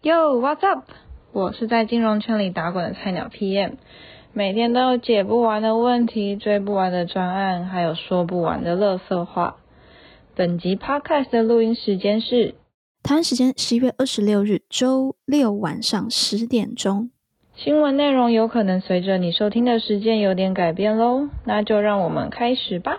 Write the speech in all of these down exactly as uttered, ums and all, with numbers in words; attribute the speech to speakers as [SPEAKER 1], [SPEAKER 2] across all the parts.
[SPEAKER 1] Yo, what's up？ 我是在金融圈里打滚的菜鸟 P M， 每天都有解不完的问题、追不完的专案，还有说不完的垃圾话。本集 Podcast 的录音时间是
[SPEAKER 2] 台湾时间十一月二十六日周六晚上十点钟。
[SPEAKER 1] 新闻内容有可能随着你收听的时间有点改变咯，那就让我们开始吧。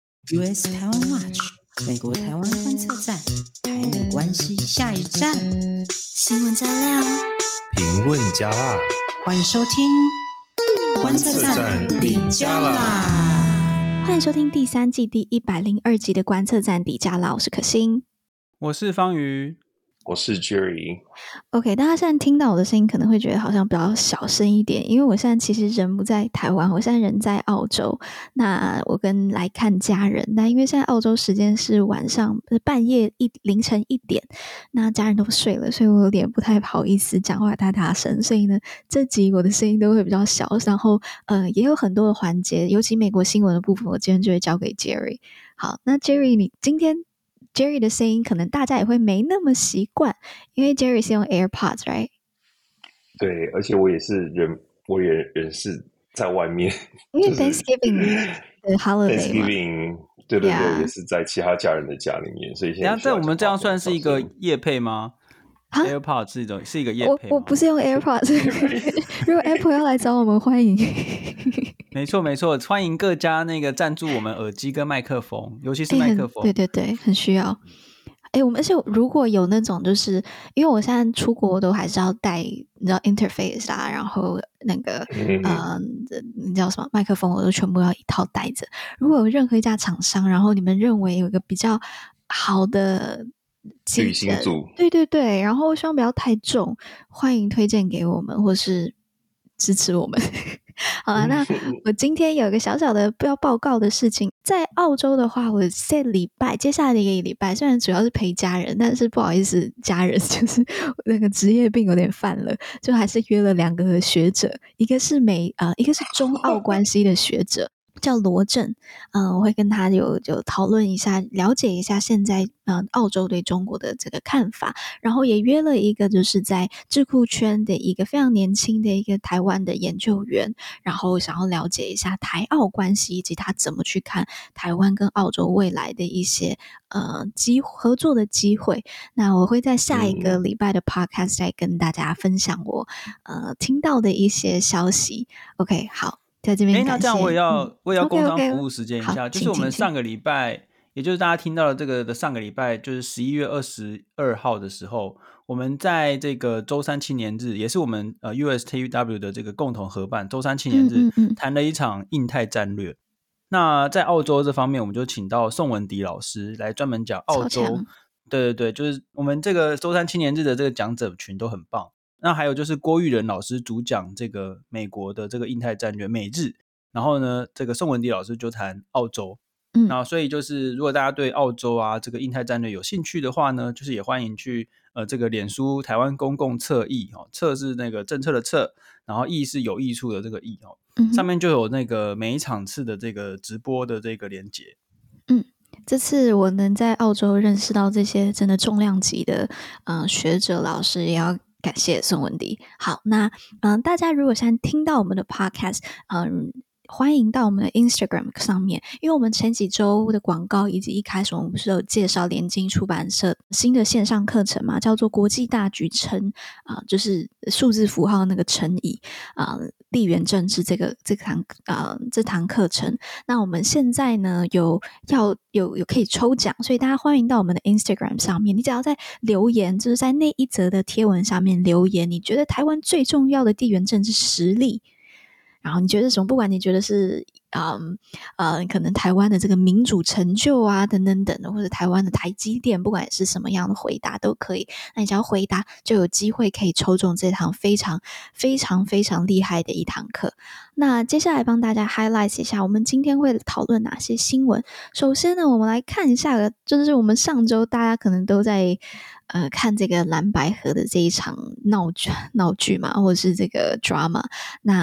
[SPEAKER 3] U S 台湾 Watch 美国台湾观测站，台美关系下一站，
[SPEAKER 2] 新闻加料，
[SPEAKER 4] 评论加辣，
[SPEAKER 3] 欢迎收听观测站底加啦。
[SPEAKER 2] 欢迎收听第三季第一百零二集的观测站底加啦，我是可心，
[SPEAKER 5] 我是方瑜，
[SPEAKER 4] 我是 Jerry。
[SPEAKER 2] OK， 大家现在听到我的声音可能会觉得好像比较小声一点，因为我现在其实人不在台湾，我现在人在澳洲。那我跟来看家人，那因为现在澳洲时间是晚上半夜一凌晨一点，那家人都睡了，所以我有点不太好意思讲话太大声，所以呢这集我的声音都会比较小，然后呃也有很多的环节，尤其美国新闻的部分我今天就会交给 Jerry。 好，那 Jerry 你今天Jerry 的声音可能大家也会没那么习惯，因为 Jerry 是用 AirPods right？
[SPEAKER 4] 对，而且我也是人，我也人是在外面，
[SPEAKER 2] 因为 Thanksgiving 的 holiday 嘛
[SPEAKER 4] Thanksgiving 对对对、
[SPEAKER 2] yeah.
[SPEAKER 4] 也是在其他家人的家里面，所以现在
[SPEAKER 5] 在我们这样算是一个业配吗？ AirPods 是一种是一个业配吗？
[SPEAKER 2] 我我不是用 AirPods 如果 Apple 要来找我们欢迎
[SPEAKER 5] 没错没错，欢迎各家那个赞助我们耳机跟麦克风，尤其是麦克风、
[SPEAKER 2] 欸、对对对，很需要。哎、欸，我们而且如果有那种，就是因为我现在出国都还是要带，你知道 interface 啊，然后那个、嗯、呃，你知道什么麦克风，我都全部要一套带着。如果有任何一家厂商，然后你们认为有一个比较好的
[SPEAKER 4] 旅行组，
[SPEAKER 2] 对对对，然后希望不要太重，欢迎推荐给我们，或是支持我们。好了，那我今天有一个小小的要报告的事情，在澳洲的话，我这礼拜接下来的一个礼拜，虽然主要是陪家人，但是不好意思，家人就是那个职业病有点犯了，就还是约了两个学者，一个是美呃，一个是中澳关系的学者。叫罗振，嗯、呃，我会跟他有有讨论一下，了解一下现在呃澳洲对中国的这个看法，然后也约了一个就是在智库圈的一个非常年轻的一个台湾的研究员，然后想要了解一下台澳关系以及他怎么去看台湾跟澳洲未来的一些呃机合作的机会。那我会在下一个礼拜的 podcast 再跟大家分享我呃听到的一些消息。OK， 好。在这边感谢，
[SPEAKER 5] 那这样我也要、
[SPEAKER 2] 嗯、
[SPEAKER 5] 我也要工商
[SPEAKER 2] okay, okay.
[SPEAKER 5] 服务时间一下，
[SPEAKER 2] 好，
[SPEAKER 5] 就是我们上个礼拜，也就是大家听到的这个的上个礼拜，就是十一月二十二号的时候，我们在这个周三青年日，也是我们呃 U S T W 的这个共同合办周三青年日，谈了一场印太战略。那在澳洲这方面，我们就请到宋文迪老师来专门讲澳洲。对对对，就是我们这个周三青年日的这个讲者群都很棒。那还有就是郭玉仁老师主讲这个美国的这个印太战略美日，然后呢这个宋文迪老师就谈澳洲。嗯，那所以就是如果大家对澳洲啊这个印太战略有兴趣的话呢，就是也欢迎去呃这个脸书台湾公共策议哦，策是那个政策的策，然后议是有益处的这个益哦、嗯，上面就有那个每一场次的这个直播的这个连结。
[SPEAKER 2] 嗯，这次我能在澳洲认识到这些真的重量级的呃学者老师，也要感谢宋文迪。好，那嗯、呃，大家如果现在听到我们的 podcast， 嗯，欢迎到我们的 Instagram 上面，因为我们前几周的广告以及一开始我们不是有介绍联经出版社新的线上课程嘛，叫做国际大局乘啊、呃，就是数字符号那个乘以啊、呃、地缘政治这个这堂啊、呃、这堂课程。那我们现在呢有要有有可以抽奖，所以大家欢迎到我们的 Instagram 上面，你只要在留言，就是在那一则的贴文上面留言，你觉得台湾最重要的地缘政治实力。然后你觉得什么？不管你觉得是嗯呃，可能台湾的这个民主成就啊，等等等的，或者台湾的台积电，不管是什么样的回答都可以。那你只要回答，就有机会可以抽中这堂非常非常非常厉害的一堂课。那接下来帮大家 highlight 一下，我们今天会讨论哪些新闻。首先呢，我们来看一下，就是我们上周大家可能都在呃看这个蓝白合的这一场闹剧闹剧嘛，或者是这个 drama。那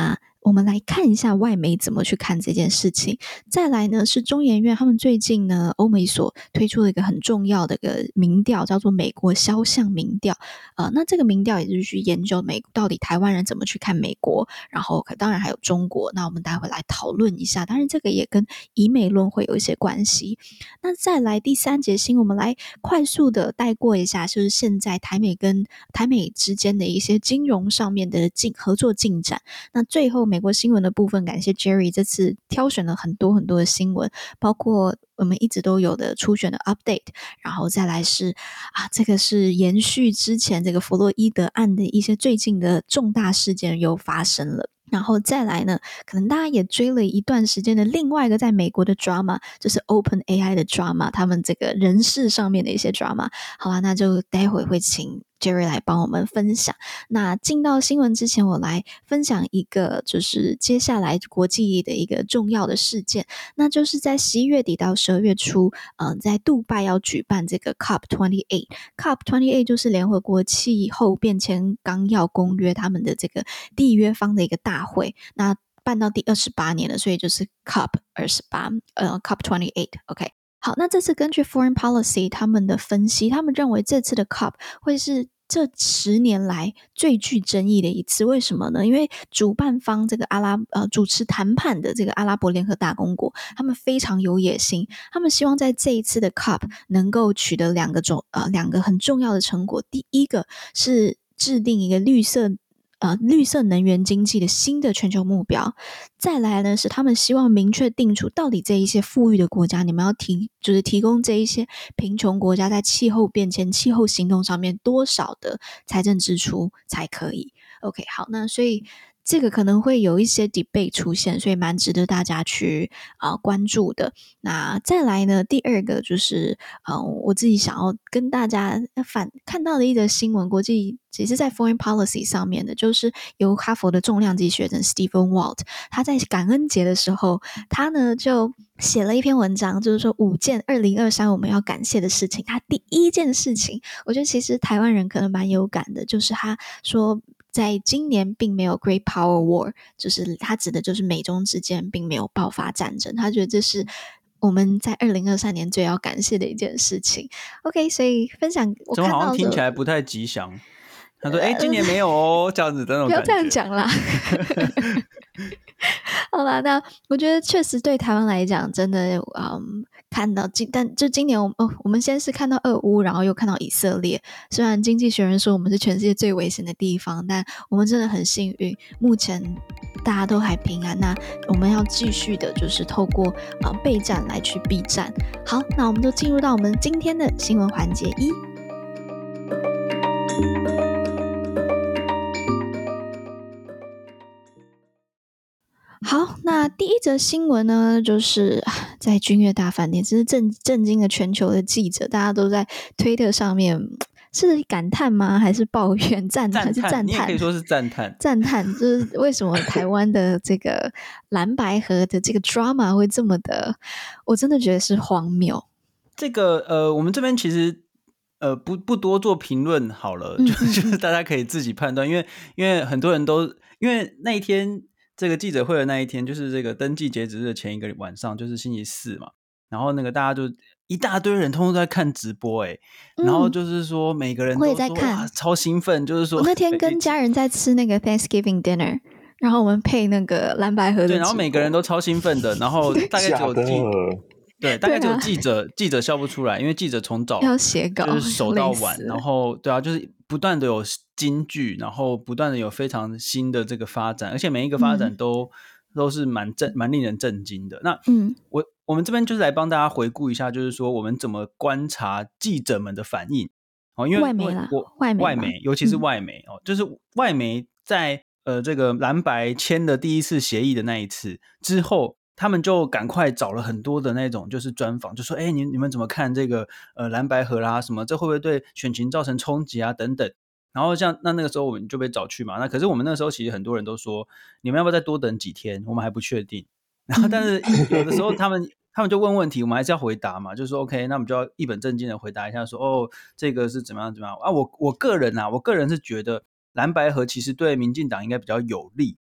[SPEAKER 2] 我们来看一下外媒怎么去看这件事情。再来呢是中研院他们最近呢欧美所推出了一个很重要的一个民调，叫做美国肖像民调。呃，那这个民调也就是去研究美到底台湾人怎么去看美国，然后当然还有中国，那我们待会来讨论一下。当然这个也跟以美论会有一些关系。那再来第三节新闻，我们来快速的带过一下，就是现在台美跟台美之间的一些金融上面的进合作进展。那最后美国新闻的部分，感谢 Jerry 这次挑选了很多很多的新闻，包括我们一直都有的初选的 update， 然后再来是啊，这个是延续之前这个弗洛伊德案的一些最近的重大事件又发生了。然后再来呢，可能大家也追了一段时间的另外一个在美国的 drama， 就是 OpenAI 的 drama， 他们这个人事上面的一些 drama。好啦，那就待会会请 Jerry 来帮我们分享。那进到新闻之前，我来分享一个就是接下来国际的一个重要的事件，那就是在十一月底到十二月初，嗯、呃，在杜拜要举办这个 C O P 二十八。 C O P 二十八 就是联合国气候变迁纲要公约他们的这个缔约方的一个大会，那办到第二十八年了，所以就是 C O P 二十八， 呃 C O P 二十八 OK。好，那这次根据 Foreign Policy 他们的分析，他们认为这次的 C O P 会是这十年来最具争议的一次。为什么呢？因为主办方这个阿拉呃主持谈判的这个阿拉伯联合大公国，他们非常有野心，他们希望在这一次的 C O P 能够取得两个重呃两个很重要的成果。第一个是制定一个绿色呃，绿色能源经济的新的全球目标。再来呢，是他们希望明确定出到底这一些富裕的国家，你们要提就是提供这一些贫穷国家在气候变迁、气候行动上面多少的财政支出才可以。OK， 好，那所以这个可能会有一些 debate 出现，所以蛮值得大家去呃关注的。那再来呢，第二个就是呃我自己想要跟大家反看到的一则新闻，国际也是在 Foreign Policy 上面的，就是由哈佛的重量级学者 Stephen Walt， 他在感恩节的时候，他呢就写了一篇文章，就是说五件二零二三我们要感谢的事情。他第一件事情，我觉得其实台湾人可能蛮有感的，就是他说在今年并没有 Great Power War， 就是他指的就是美中之间并没有爆发战争，他觉得这是我们在二零二三年最要感谢的一件事情。 OK， 所以分享我看到
[SPEAKER 5] 好像听起来不太吉祥。他说：“哎、欸，今年没有哦，这样子的那种感觉。”
[SPEAKER 2] 不要这样讲啦。好啦，那我觉得确实对台湾来讲，真的，嗯，看到今，但就今年我们哦，我们先是看到俄乌，然后又看到以色列。虽然经济学人说我们是全世界最危险的地方，但我们真的很幸运，目前大家都还平安。那我们要继续的，就是透过啊、呃、备战来去避战。好，那我们就进入到我们今天的新闻环节一。好，那第一则新闻呢，就是在君悦大饭店，这是震震惊了全球的记者，大家都在推特上面是感叹吗？还是抱怨？赞叹还是赞叹？
[SPEAKER 5] 你也可以说是赞叹。
[SPEAKER 2] 赞叹就是为什么台湾的这个蓝白合的这个 drama 会这么的，我真的觉得是荒谬。
[SPEAKER 5] 这个呃，我们这边其实呃不不多做评论好了，
[SPEAKER 2] 嗯嗯
[SPEAKER 5] 就就是大家可以自己判断，因为因为很多人都因为那一天。这个记者会的那一天，就是这个登记截止日的前一个晚上，就是星期四嘛。然后那个大家就一大堆人通通都在看直播、欸，哎、嗯，然后就是说每个人都说
[SPEAKER 2] 我也在看，
[SPEAKER 5] 超兴奋，就是说
[SPEAKER 2] 我那天跟家人在吃那个 Thanksgiving dinner， 然后我们配那个蓝白合的，
[SPEAKER 5] 对，然后每个人都超兴奋的，然后大概只有记对，大概只有记者、啊、记者笑不出来，因为记者从早
[SPEAKER 2] 要写稿，
[SPEAKER 5] 就是守到晚，然后对啊，就是不断的有金句，然后不断的有非常新的这个发展，而且每一个发展都、嗯、都是蛮震蛮令人震惊的。那嗯，我我们这边就是来帮大家回顾一下，就是说我们怎么观察记者们的反应哦，因为
[SPEAKER 2] 外媒啦，
[SPEAKER 5] 我
[SPEAKER 2] 外媒
[SPEAKER 5] 外媒，尤其是外媒、嗯、哦，就是外媒在呃这个蓝白签的第一次协议的那一次之后。他们就赶快找了很多的那种就是专访，就说哎，你你们怎么看这个呃蓝白合啦什么，这会不会对选情造成冲击啊等等。然后像那那个时候我们就被找去嘛，那可是我们那个时候其实很多人都说你们要不要再多等几天，我们还不确定。然后但是有的时候他们他们就问问题，我们还是要回答嘛，就是说 OK， 那我们就要一本正经的回答一下说哦这个是怎么样怎么样啊。我我个人啊，我个人是觉得蓝白合其实对民进党应该比较有利。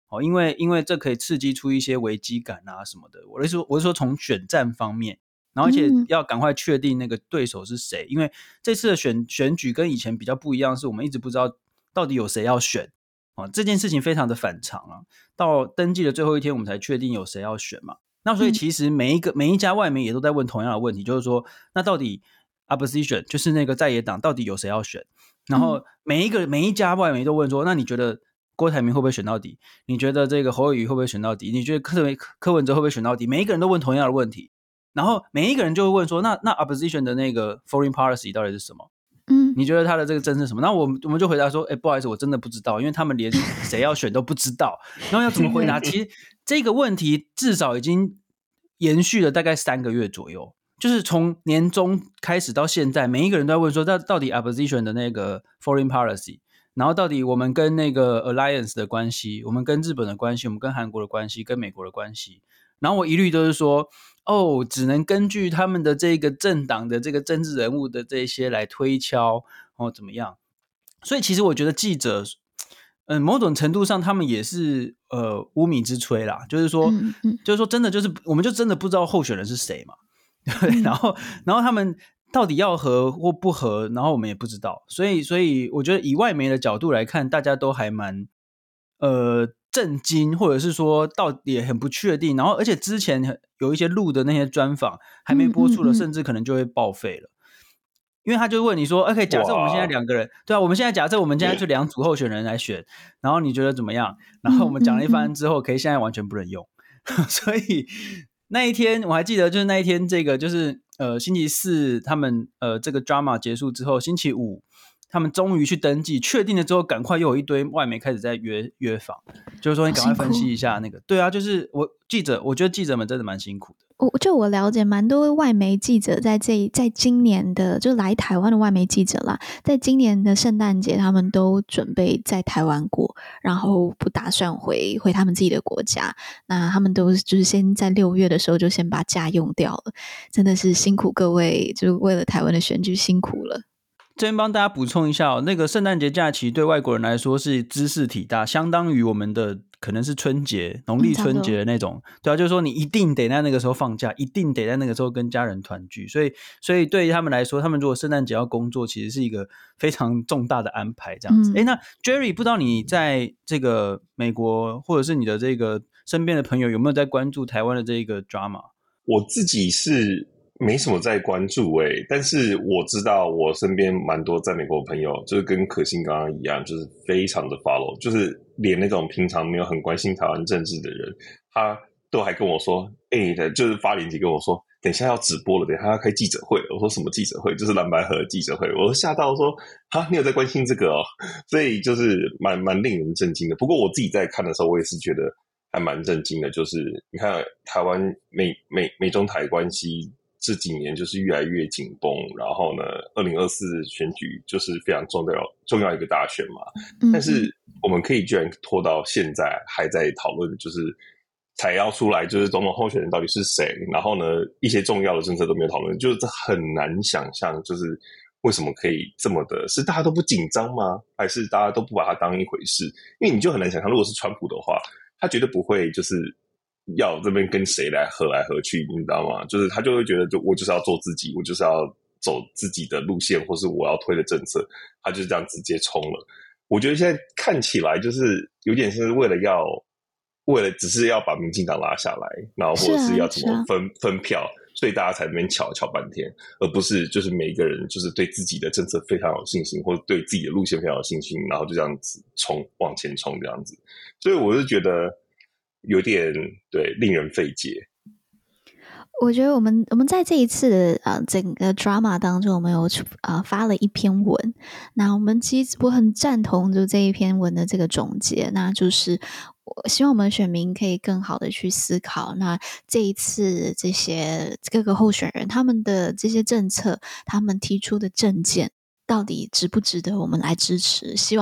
[SPEAKER 5] 哦，因为因为这可以刺激出一些危机感啊什么的。我是说我是说从选战方面，然后而且要赶快确定那个对手是谁，因为这次的选选举跟以前比较不一样，是我们一直不知道到底有谁要选。哦，这件事情非常的反常啊，到登记的最后一天我们才确定有谁要选嘛。那所以其实每一个、嗯、每一家外媒也都在问同样的问题，就是说那到底 opposition 就是那个在野党到底有谁要选，然后每一个、嗯、每一家外媒都问说，那你觉得郭台铭会不会选到底，你觉得这个侯友宜会不会选到底，你觉得柯文柯文哲会不会选到底，每一个人都问同样的问题，然后每一个人就会问说，那那 opposition 的那个 foreign policy 到底是什么？嗯，你觉得他的这个政策是什么？那我们我们就回答说，哎，不好意思，我真的不知道，因为他们连谁要选都不知道。然后要怎么回答？其实这个问题至少已经延续了大概三个月左右，就是从年中开始到现在，每一个人都在问说，到到底 opposition 的那个 foreign policy， 然后到底我们跟那个 alliance 的关系，我们跟日本的关系，我们跟韩国的关系，跟美国的关系，然后我一律都是说，哦，只能根据他们的这个政党的这个政治人物的这些来推敲，哦，怎么样？所以其实我觉得记者，嗯，某种程度上他们也是呃污名之炊啦，就是说，嗯嗯就是说真的就是我们就真的不知道候选人是谁嘛，对不对？嗯、然后然后他们到底要合或不合，然后我们也不知道，所以所以我觉得以外媒的角度来看，大家都还蛮呃。震惊，或者是说到底也很不确定，然后而且之前有一些录的那些专访还没播出了、嗯嗯嗯、甚至可能就会报废了，因为他就问你说 OK 假设我们现在两个人，对啊，我们现在假设我们现在就两组候选人来选，然后你觉得怎么样？然后我们讲了一番之后可以现在完全不能用所以那一天我还记得，就是那一天这个就是呃星期四他们呃这个 drama 结束之后，星期五他们终于去登记，确定了之后，赶快又有一堆外媒开始在约约访，就是说你赶快分析一下那个。对啊，就是我记者，我觉得记者们真的蛮辛苦的。
[SPEAKER 2] 我就我了解，蛮多外媒记者在这在今年的就来台湾的外媒记者啦，在今年的圣诞节，他们都准备在台湾过，然后不打算回回他们自己的国家。那他们都就是先在六月的时候就先把假用掉了，真的是辛苦各位，就为了台湾的选举辛苦了。
[SPEAKER 5] 这边帮大家补充一下哦，那个圣诞节假期对外国人来说是知识体大，相当于我们的可能是春节、农历春节的那种，嗯、对啊，就是说你一定得在那个时候放假，一定得在那个时候跟家人团聚，所以，所以对于他们来说，他们如果圣诞节要工作，其实是一个非常重大的安排，这样子。哎、嗯，那 Jerry， 不知道你在这个美国或者是你的这个身边的朋友有没有在关注台湾的这个 drama？
[SPEAKER 4] 我自己是没什么在关注诶、欸，但是我知道我身边蛮多在美国的朋友，就是跟可心刚刚一样，就是非常的 follow， 就是连那种平常没有很关心台湾政治的人，他都还跟我说，哎、欸，就是发链接跟我说，等一下要直播了，等一下要开记者会了。我说什么记者会？就是蓝白合记者会。我吓到说，哈，你有在关心这个哦？所以就是蛮蛮令人震惊的。不过我自己在看的时候，我也是觉得还蛮震惊的，就是你看台湾美美美中台关系。这几年就是越来越紧绷，然后呢二零二四选举就是非常重要重要一个大选嘛、嗯、但是我们可以居然拖到现在还在讨论，就是才要出来就是总统候选人到底是谁，然后呢一些重要的政策都没有讨论，就是这很难想象，就是为什么可以这么的，是大家都不紧张吗？还是大家都不把它当一回事？因为你就很难想象，如果是川普的话，他绝对不会就是要这边跟谁来合来合去，你知道吗？就是他就会觉得，就我就是要做自己，我就是要走自己的路线，或是我要推的政策，他就是这样直接冲了。我觉得现在看起来就是有点是为了要，为了只是要把民进党拉下来，然后或者是要怎么分、啊啊、分票，所以大家才在那边瞧瞧半天，而不是就是每一个人就是对自己的政策非常有信心，或者对自己的路线非常有信心，然后就这样子冲往前冲这样子。所以我是觉得。有点对令人费解。
[SPEAKER 2] 我觉得我们我们在这一次的呃整个 drama 当中，我们有呃发了一篇文。那我们其实我很赞同就这一篇文的这个总结，那就是我希望我们选民可以更好的去思考，那这一次这些各个候选人他们的这些政策，他们提出的政见到底值不值得我们来支持？希望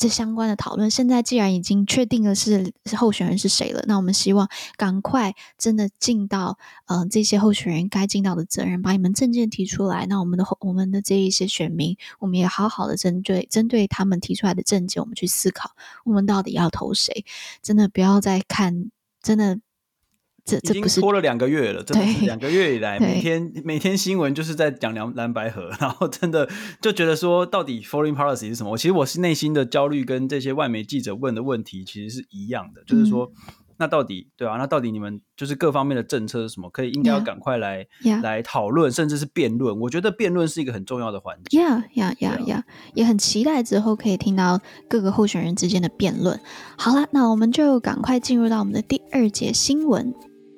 [SPEAKER 2] 这相关的讨论。现在既然已经确定了是候选人是谁了，那我们希望赶快真的尽到呃这些候选人该尽到的责任，把你们政见提出来。那我们的我们的这一些选民，我们也好好的针对针对他们提出来的政见，我们去思考我们到底要投谁。真的不要再看，真的。这这不是
[SPEAKER 5] 已经拖了两个月了，真的是两个月以来，每天每天新闻就是在讲蓝蓝白合，然后真的就觉得说，到底 foreign policy 是什么？我其实我是内心的焦虑跟这些外媒记者问的问题其实是一样的，就是说，嗯、那到底对啊，那到底你们就是各方面的政策是什么？可以应该要赶快来、yeah. 来讨论，甚至是辩论。我觉得辩论是一个很重要的环节。
[SPEAKER 2] 呀呀呀呀，也很期待之后可以听到各个候选人之间的辩论。好了，那我们就赶快进入到我们的第二节新闻。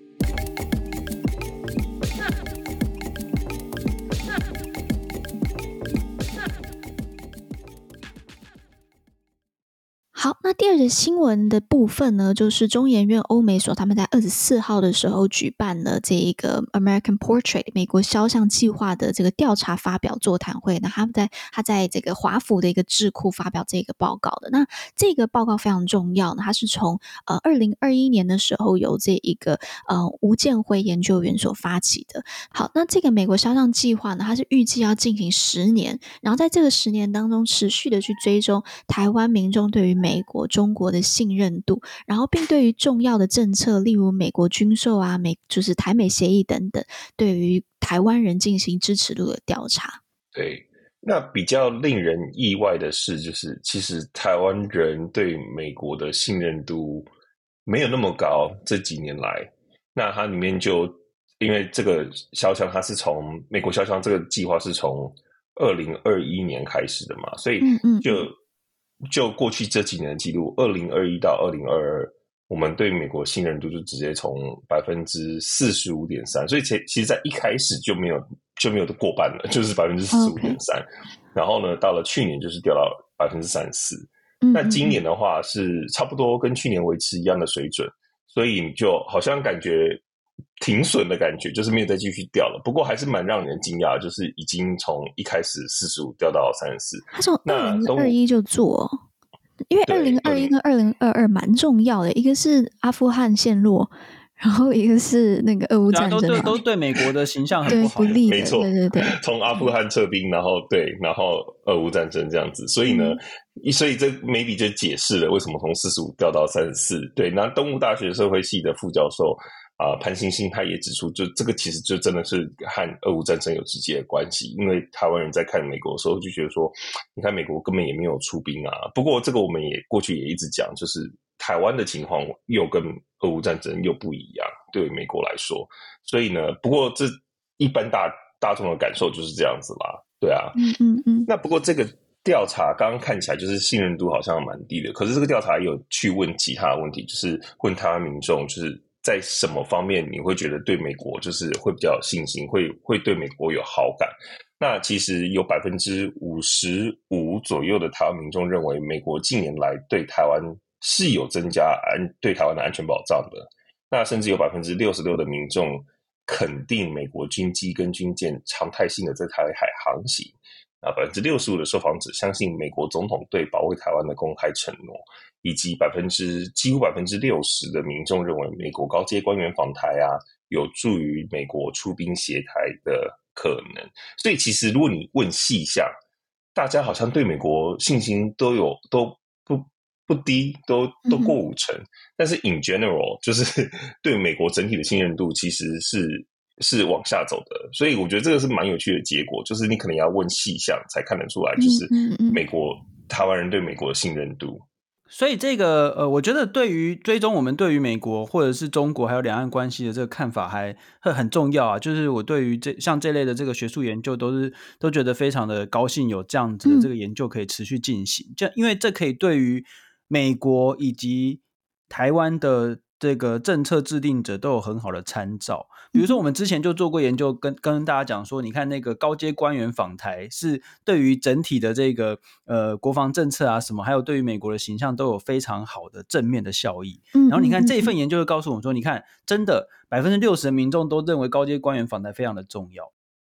[SPEAKER 2] 好，那第二个新闻的部分呢，就是中研院欧美所他们在二十四号的时候举办了这一个 American Portrait 美国肖像计划的这个调查发表座谈会。那他们在他在这个华府的一个智库发表这个报告的。那这个报告非常重要，它是从呃二零二一年的时候由这一个呃吴建辉研究员所发起的。好，那这个美国肖像计划呢，它是预计要进行十年，然后在这个十年当中持续的去追踪台湾民众对于美美国、中国的信任度，然后并对于重要的政策，例如美国军售啊、美就是台美协议等等，对于台湾人进行支持度的调查。
[SPEAKER 4] 对，那比较令人意外的是，就是其实台湾人对美国的信任度没有那么高。这几年来，那它里面就因为这个肖像，它是从美国肖像这个计划是从二零二一年开始的嘛，所以就。嗯嗯就过去这几年的记录，二零二一到二零二二，我们对美国信任度就直接从百分之四十五点三，所以其其实在一开始就没有就没有过半了，就是百分之四十五点三。然后呢，到了去年就是掉到百分之三十四。那今年的话是差不多跟去年维持一样的水准，所以就好像感觉停损的感觉，就是没有再继续掉了。不过还是蛮让人惊讶，就是已经从一开始四十五掉到三十四。
[SPEAKER 2] 他从二零二一就做，因为二零二一跟二零二二蛮重要的，一个是阿富汗陷落，然后一个是那个俄乌战争，
[SPEAKER 5] 都对都对美国的形象很不好，
[SPEAKER 2] 不利的，
[SPEAKER 4] 没错，
[SPEAKER 2] 对对对。
[SPEAKER 4] 从阿富汗撤兵，然后对，然后俄乌战争这样子，所以呢，嗯、所以这 maybe 就解释了为什么从四十五掉到三十四。对，那东吴大学社会系的副教授。啊、呃，潘星星他也指出，就这个其实就真的是和俄乌战争有直接的关系，因为台湾人在看美国的时候就觉得说，你看美国根本也没有出兵啊。不过这个我们也过去也一直讲，就是台湾的情况又跟俄乌战争又不一样，对美国来说。所以呢，不过这一般大大众的感受就是这样子啦，对啊，
[SPEAKER 2] 嗯嗯嗯。
[SPEAKER 4] 那不过这个调查刚刚看起来就是信任度好像蛮低的，可是这个调查也有去问其他的问题，就是问台湾民众，就是。在什么方面你会觉得对美国就是会比较有信心，会会对美国有好感？那其实有百分之五十五左右的台湾民众认为，美国近年来对台湾是有增加安对台湾的安全保障的。那甚至有百分之六十六的民众肯定美国军机跟军舰常态性的在台海航行。啊，百分之六十五的受访者相信美国总统对保卫台湾的公开承诺，以及百分之几乎百分之六十的民众认为美国高阶官员访台啊，有助于美国出兵协台的可能。所以其实如果你问细项，大家好像对美国信心都有都不不低，都都过五成。嗯、但是 in general 就是对美国整体的信任度其实是。是往下走的，所以我觉得这个是蛮有趣的结果，就是你可能要问细项才看得出来，就是美国台湾人对美国的信任度。
[SPEAKER 5] 所以这个呃，我觉得对于追踪我们对于美国或者是中国还有两岸关系的这个看法还很重要啊。就是我对于这像这类的这个学术研究都是都觉得非常的高兴，有这样子的这个研究可以持续进行，就因为这可以对于美国以及台湾的这个政策制定者都有很好的参照。比如说我们之前就做过研究跟跟大家讲说，你看那个高阶官员访台是对于整体的这个呃国防政策啊什么，还有对于美国的形象都有非常好的正面的效益。然后你看这一份研究就告诉我们说，你看真的百分之六十的民众都认为高阶官员访台非常的重要。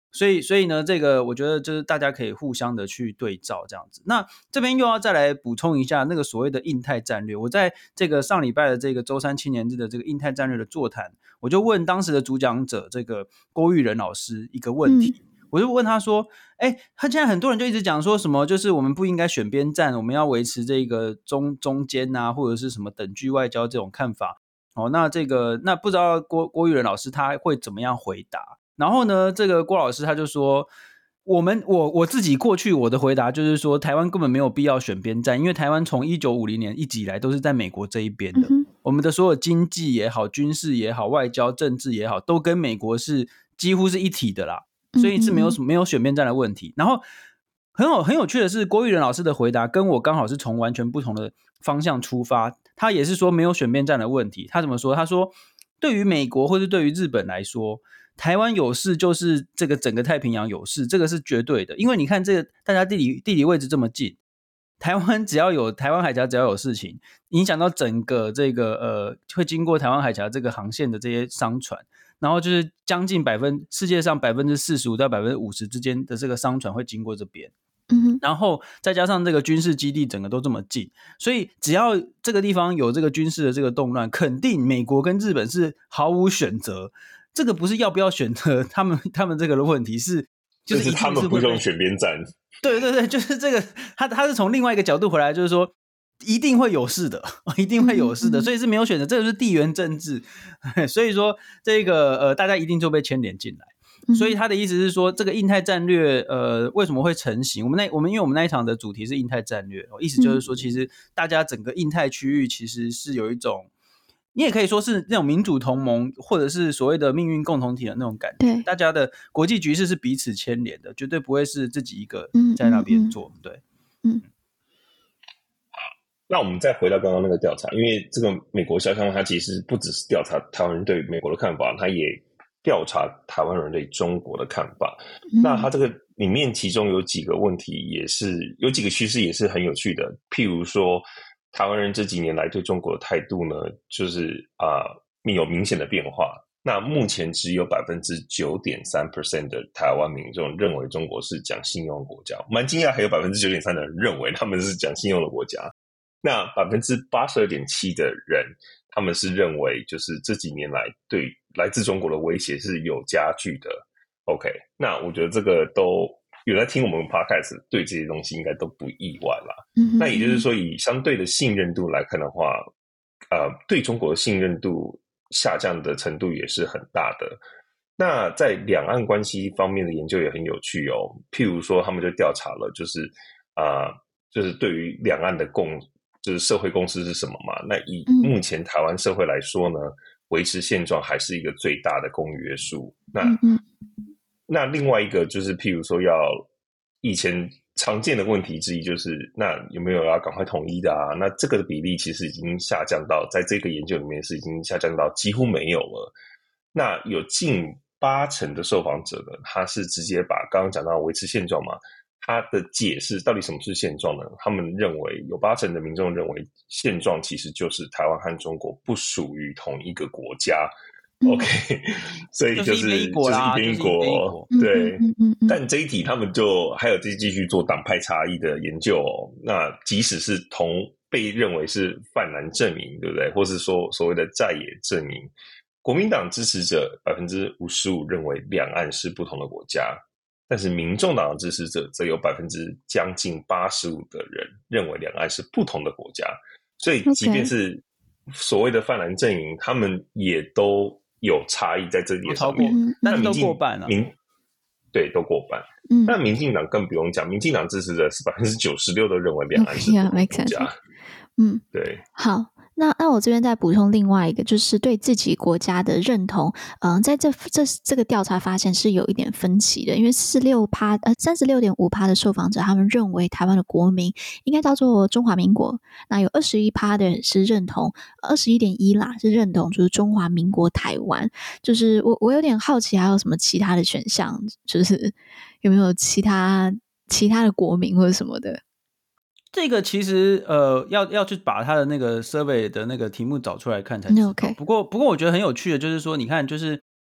[SPEAKER 5] 所以所以呢，这个我觉得就是大家可以互相的去对照这样子。那这边又要再来补充一下那个所谓的印太战略。我在这个上礼拜的这个周三青年日的这个印太战略的座谈，我就问当时的主讲者这个郭玉仁老师一个问题。嗯，我就问他说，哎，他现在很多人就一直讲说什么，就是我们不应该选边站，我们要维持这个中中间啊，或者是什么等距外交这种看法。哦，那这个那不知道郭郭玉仁老师他会怎么样回答？然后呢，这个郭老师他就说，我们我我自己过去我的回答就是说，台湾根本没有必要选边站，因为台湾从一九五零年一直以来都是在美国这一边的，嗯，我们的所有经济也好，军事也好，外交政治也好，都跟美国是几乎是一体的啦，所以是没有没有选边站的问题。然后很有很有趣的是，郭玉仁老师的回答跟我刚好是从完全不同的方向出发，他也是说没有选边站的问题。他怎么说？他说，对于美国或是对于日本来说，台湾有事就是这个整个太平洋有事，这个是绝对的。因为你看这个大家地理地理位置这么近，台湾只要有台湾海峡只要有事情，影响到整个这个呃会经过台湾海峡这个航线的这些商船，然后就是将近百分世界上百分之四十五到百分之五十之间的这个商船会经过这边。嗯，然后再加上这个军事基地整个都这么近，所以只要这个地方有这个军事的这个动乱，肯定美国跟日本是毫无选择。这个不是要不要选择他们他们这个的问题，是就是,
[SPEAKER 4] 就是他们不用选边站。
[SPEAKER 5] 对对对，就是这个他他是从另外一个角度回来，就是说一定会有事的，一定会有事的，所以是没有选择，这个是地缘政治。所以说这个呃大家一定就被牵连进来。所以他的意思是说，这个印太战略呃为什么会成型？我们那我们因为我们那一场的主题是印太战略，意思就是说，其实大家整个印太区域其实是有一种，你也可以说是那种民主同盟，或者是所谓的命运共同体的那种感觉。对，大家的国际局势是彼此牵连的，绝对不会是自己一个在那边做。嗯嗯嗯对，嗯。
[SPEAKER 4] 那我们再回到刚刚那个调查，因为这个美国肖像它其实不只是调查台湾人对美国的看法，它也调查台湾人对中国的看法。嗯、那它这个里面其中有几个问题也是有几个趋势也是很有趣的，譬如说台湾人这几年来对中国的态度呢，就是啊、呃、有明显的变化。那目前只有 百分之九点三 的台湾民众认为中国是讲信用的国家，蛮惊讶还有 百分之九点三 的人认为他们是讲信用的国家。那 百分之八十二点七 的人他们是认为就是这几年来对来自中国的威胁是有加剧的。 OK， 那我觉得这个都有在听我们 podcast 对这些东西应该都不意外啦。嗯、那也就是说以相对的信任度来看的话，呃，对中国的信任度下降的程度也是很大的。那在两岸关系方面的研究也很有趣哦，譬如说他们就调查了就是啊、呃，就是对于两岸的共就是社会共识是什么嘛？那以目前台湾社会来说呢，维持现状还是一个最大的公约数。那、嗯、那另外一个就是譬如说要以前常见的问题之一就是那有没有要赶快统一的啊？那这个比例其实已经下降到在这个研究里面是已经下降到几乎没有了。那有近八成的受访者呢，他是直接把刚刚讲到维持现状嘛，他的解释到底什么是现状呢？他们认为有八成的民众认为现状其实就是台湾和中国不属于同一个国家。嗯、OK， 所以就是就是一边一国，对。嗯嗯嗯、但这一题他们就还有继续做党派差异的研究哦。那即使是同被认为是泛蓝阵营，对不对？或是说所谓的在野阵营，国民党支持者 百分之五十五 认为两岸是不同的国家。但是民众党的支持者则有百分之将近八十五的人认为两岸是不同的国家，所以即便是所谓的泛蓝阵营，他们也都有差异在这里上面。
[SPEAKER 5] 但是都过半了、啊，
[SPEAKER 4] 民对都过半。嗯，那民进党更不用讲，民进党支持者是百分之九十六都认为两岸是不同的国家。
[SPEAKER 2] Yeah, 嗯，
[SPEAKER 4] 对，
[SPEAKER 2] 好。那那我这边再补充另外一个，就是对自己国家的认同，嗯、呃，在这这这个调查发现是有一点分歧的，因为四十六趴呃三十六点五趴的受访者他们认为台湾的国民应该叫做中华民国，那有二十一趴的人是认同，二十一点一啦是认同就是中华民国台湾，就是我我有点好奇还有什么其他的选项，就是有没有其他其他的国民或者什么的。
[SPEAKER 5] 这个其实呃要要去把他的那个 survey 的那个题目找出来看才知道。Okay. 不过不过我觉得很有趣的就是说，你看就是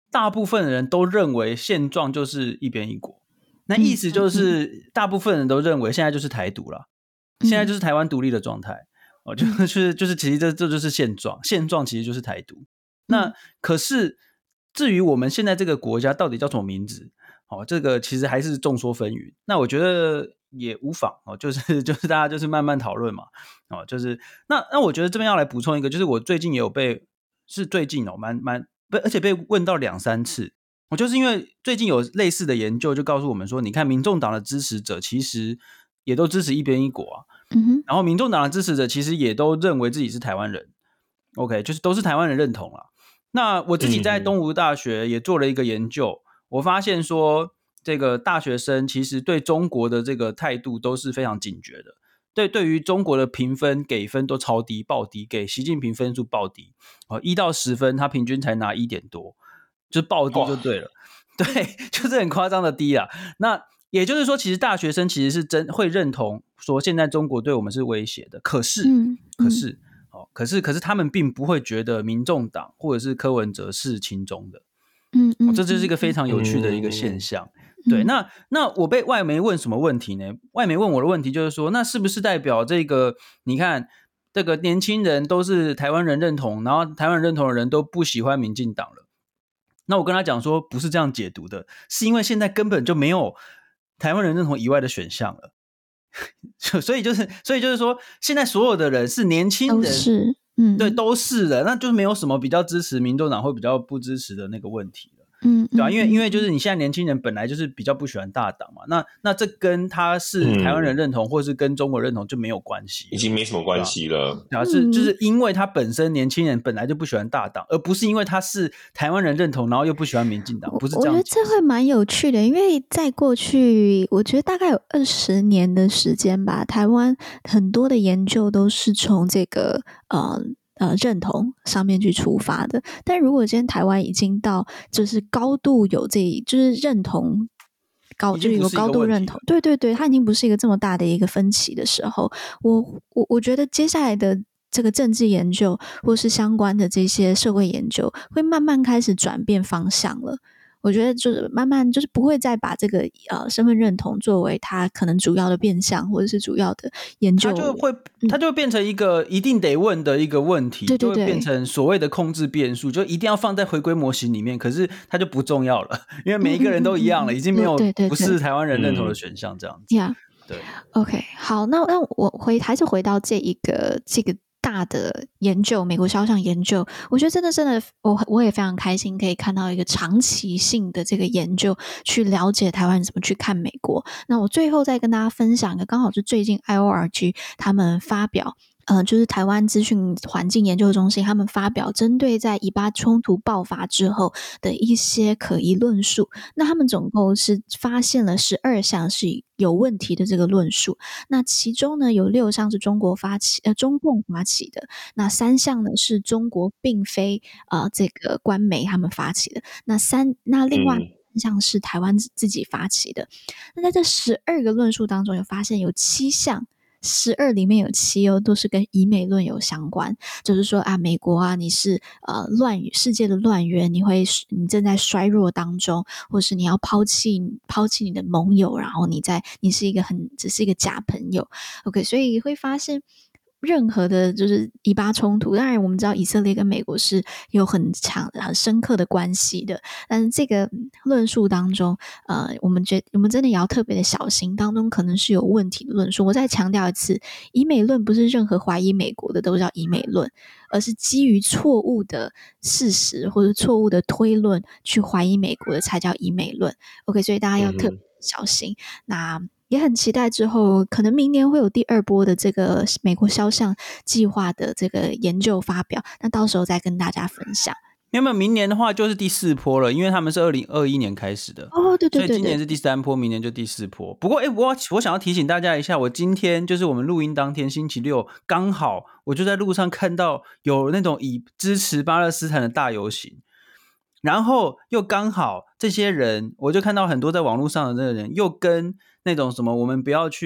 [SPEAKER 5] 大部分的人都认为现状就是一边一国，那意思就是大部分人都认为现在就是台独了，现在就是台湾独立的状态。哦，就是就是，其实这这就是现状，现状其实就是台独。那可是至于我们现在这个国家到底叫什么名字，哦，这个其实还是众说纷纭。那我觉得也无妨哦，就是就是大家就是慢慢讨论嘛，哦，就是那那我觉得这边要来补充一个，就是我最近也有被是最近哦，蛮蛮而且被问到两三次。我就是因为最近有类似的研究，就告诉我们说，你看民众党的支持者其实也都支持一边一国啊。
[SPEAKER 2] 嗯哼，
[SPEAKER 5] 然后民众党的支持者其实也都认为自己是台湾人 ，OK， 就是都是台湾人认同啦。那我自己在东吴大学也做了一个研究，嗯、我发现说，这个大学生其实对中国的这个态度都是非常警觉的，对对于中国的评分给分都超低，爆低，给习近平分数爆低，哦，一到十分，他平均才拿一点多，就爆低就对了，对，就是很夸张的低啦。那也就是说，其实大学生其实是真会认同说现在中国对我们是威胁的，可是，
[SPEAKER 2] 嗯嗯、
[SPEAKER 5] 可是，哦，可是，可是他们并不会觉得民众党或者是柯文哲是亲中的，
[SPEAKER 2] 嗯嗯、
[SPEAKER 5] 哦，这就是一个非常有趣的一个现象。
[SPEAKER 2] 嗯、
[SPEAKER 5] 对，那那我被外媒问什么问题呢？外媒问我的问题就是说，那是不是代表这个？你看，这个年轻人都是台湾人认同，然后台湾人认同的人都不喜欢民进党了？那我跟他讲说，不是这样解读的，是因为现在根本就没有台湾人认同以外的选项了，所以就是，所以就是说，现在所有的人是年轻人，
[SPEAKER 2] 都是，嗯，
[SPEAKER 5] 对，都是的，那就没有什么比较支持民众党或比较不支持的那个问题了，
[SPEAKER 2] 嗯，
[SPEAKER 5] 对吧、啊？因为因为
[SPEAKER 2] 嗯
[SPEAKER 5] 就是你现在年轻人本来就是比较不喜欢大党嘛，那那这跟他是台湾人认同、嗯、或是跟中国认同就没有关系，
[SPEAKER 4] 已经没什么关系了。
[SPEAKER 5] 对啊，是就是因为他本身年轻人本来就不喜欢大党，而不是因为他是台湾人认同，然后又不喜欢民进党，不是这样。
[SPEAKER 2] 我觉得这会蛮有趣的，因为在过去，我觉得大概有二十年的时间吧，台湾很多的研究都是从这个呃。呃，认同上面去出发的，但如果今天台湾已经到就是高度有这，就是认同高，就有高度认同，对对对，它已经不是一个这么大的一个分歧的时候，我我我觉得接下来的这个政治研究或是相关的这些社会研究会慢慢开始转变方向了。我觉得就是慢慢就是不会再把这个呃身份认同作为它可能主要的变项或者是主要的研究，
[SPEAKER 5] 它就会它就会变成一个一定得问的一个问题，
[SPEAKER 2] 对对对，
[SPEAKER 5] 就会变成所谓的控制变数，就一定要放在回归模型里面，可是它就不重要了，因为每一个人都一样了，嗯嗯嗯嗯已经没有不是台湾人认同的选项这样子。
[SPEAKER 2] Yeah.
[SPEAKER 5] 对
[SPEAKER 2] ，OK， 好，那那我回还是回到这一个这个。大的研究，美国肖像研究，我觉得真的真的，我我也非常开心，可以看到一个长期性的这个研究，去了解台湾怎么去看美国。那我最后再跟大家分享一个，刚好是最近 I O R G 他们发表。呃，就是台湾资讯环境研究中心他们发表针对在以巴冲突爆发之后的一些可疑论述，那他们总共是发现了十二项是有问题的这个论述，那其中呢有六项是中国发起呃中共发起的，那三项呢是中国并非呃这个官媒他们发起的，那三那另外三项是台湾自己发起的，那在这十二个论述当中有发现有七项。十二里面有七哦，都是跟以美论有相关，就是说啊，美国啊，你是呃乱世界的乱源，你会你正在衰弱当中，或是你要抛弃抛弃你的盟友，然后你在你是一个很只是一个假朋友 ，OK， 所以会发现。任何的就是以巴冲突，当然我们知道以色列跟美国是有很强很深刻的关系的，但是这个论述当中，呃，我们觉得我们真的也要特别的小心，当中可能是有问题的论述。我再强调一次，以美论不是任何怀疑美国的都叫以美论，而是基于错误的事实或者错误的推论去怀疑美国的才叫以美论。OK， 所以大家要特别小心。嗯、那也很期待之后可能明年会有第二波的这个美国肖像计划的这个研究发表，那到时候再跟大家分享。
[SPEAKER 5] 因为明年的话就是第四波了，因为他们是二零二一年开始的
[SPEAKER 2] 哦，对对 对, 对，
[SPEAKER 5] 所以今年是第三波，明年就第四波。不过，哎，我我想要提醒大家一下，我今天就是我们录音当天星期六，刚好我就在路上看到有那种以支持巴勒斯坦的大游行，然后又刚好这些人，我就看到很多在网络上的那个人，又跟那种什么我们不要去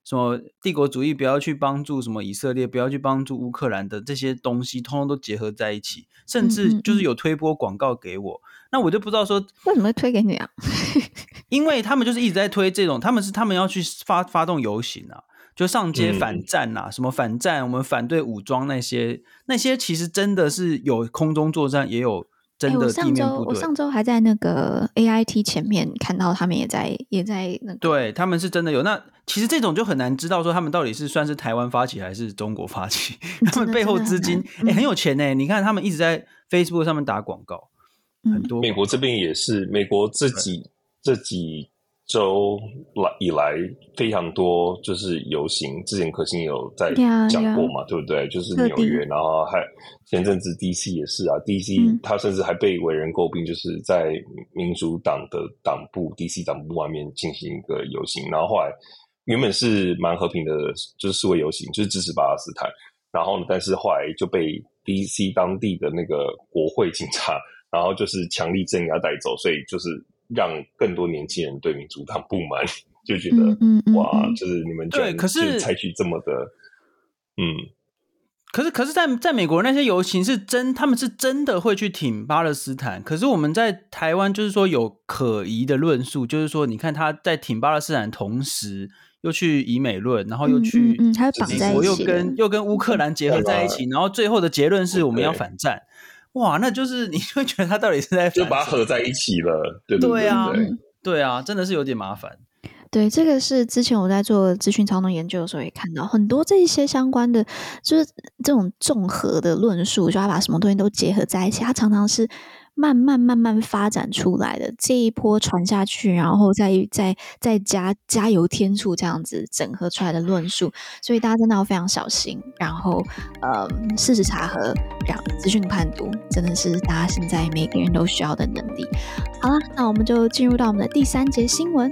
[SPEAKER 5] 什么帝国主义不要去帮助什么以色列，不要去帮助乌克兰的这些东西，通通都结合在一起，甚至就是有推播广告给我。嗯嗯嗯，那我就不知道说
[SPEAKER 2] 为什么会推给你啊？
[SPEAKER 5] 因为他们就是一直在推这种，他们是他们要去发发动游行啊，就上街反战啊，嗯、什么反战，我们反对武装那些那些，其实真的是有空中作战，也有真的地面部队。
[SPEAKER 2] 欸、我, 上我上周还在那个 A I T 前面看到他们也在也在那个，
[SPEAKER 5] 对，他们是真的有。那其实这种就很难知道说他们到底是算是台湾发起还是中国发起，他们背后资金很、欸、很有钱欸、嗯、你看他们一直在 Facebook 上面打广告。很多
[SPEAKER 4] 美国这边也是，美国这几这几周来以来非常多就是游行，之前可心有在讲过嘛， yeah, 对不对？就是纽约，然后还前阵子 D C 也是啊 ，D C、嗯、他甚至还被为人诟病，就是在民主党的党部 D C 党部外面进行一个游行，然后后来原本是蛮和平的，就是示威游行，就是支持巴勒斯坦，然后呢，但是后来就被 D C 当地的那个国会警察。然后就是强力镇压带走，所以就是让更多年轻人对民主党不满，就觉得、嗯嗯嗯、哇，就是你们居然就是采取这么的，嗯，
[SPEAKER 5] 可是可是在在美国那些游行是真，他们是真的会去挺巴勒斯坦，可是我们在台湾就是说有可疑的论述，就是说你看他在挺巴勒斯坦的同时又去以美论，然后又去
[SPEAKER 2] 嗯嗯嗯还绑在一起，
[SPEAKER 5] 又跟又跟乌克兰结合在一起，然后最后的结论是我们要反战。哇，那就是你会觉得他到底是在
[SPEAKER 4] 就把它合在一起了，对对对
[SPEAKER 5] 对啊，对啊，真的是有点麻烦。
[SPEAKER 2] 对，这个是之前我在做资讯操纵研究的时候也看到很多这些相关的，就是这种综合的论述，就要把什么东西都结合在一起，它常常是慢慢慢慢发展出来的，这一波传下去，然后再再再加加油添醋，这样子整合出来的论述，所以大家真的要非常小心，然后呃事实查核，然后资讯判读，真的是大家现在每个人都需要的能力。好了，那我们就进入到我们的第三节新闻。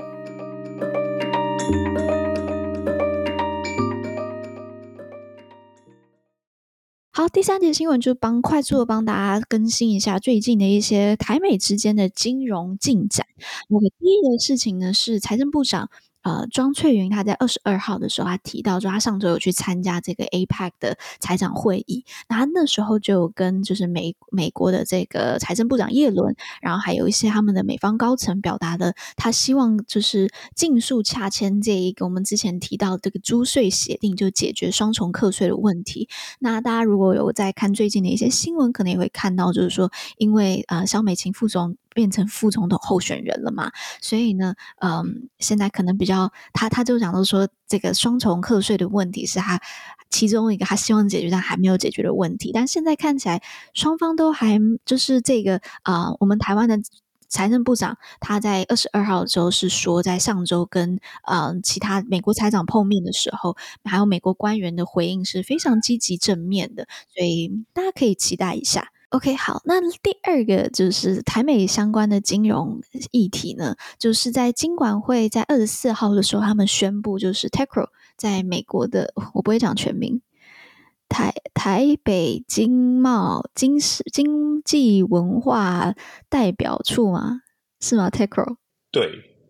[SPEAKER 2] 好，第三节新闻就帮快速的帮大家更新一下最近的一些台美之间的金融进展。我的第一个事情呢是财政部长呃，庄翠云他在二十二号的时候，他提到说他上周有去参加这个 A P E C 的财长会议，那他那时候就有跟就是美美国的这个财政部长叶伦，然后还有一些他们的美方高层表达了他希望就是尽速洽签这一个我们之前提到的这个租税协定，就解决双重课税的问题。那大家如果有在看最近的一些新闻，可能也会看到就是说因为呃萧美琴副总变成副总统候选人了嘛，所以呢嗯，现在可能比较他他就讲到说这个双重课税的问题是他其中一个他希望解决但还没有解决的问题，但现在看起来双方都还就是这个啊、呃，我们台湾的财政部长他在二十二号的时候是说在上周跟呃其他美国财长碰面的时候，还有美国官员的回应是非常积极正面的，所以大家可以期待一下。OK， 好，那第二个就是台美相关的金融议题呢，就是在金管会在二十四号的时候，他们宣布就是 T E C R O 在美国的，我不会讲全名，台台北经贸经经济文化代表处吗？是吗 ？T E C R O
[SPEAKER 4] 对。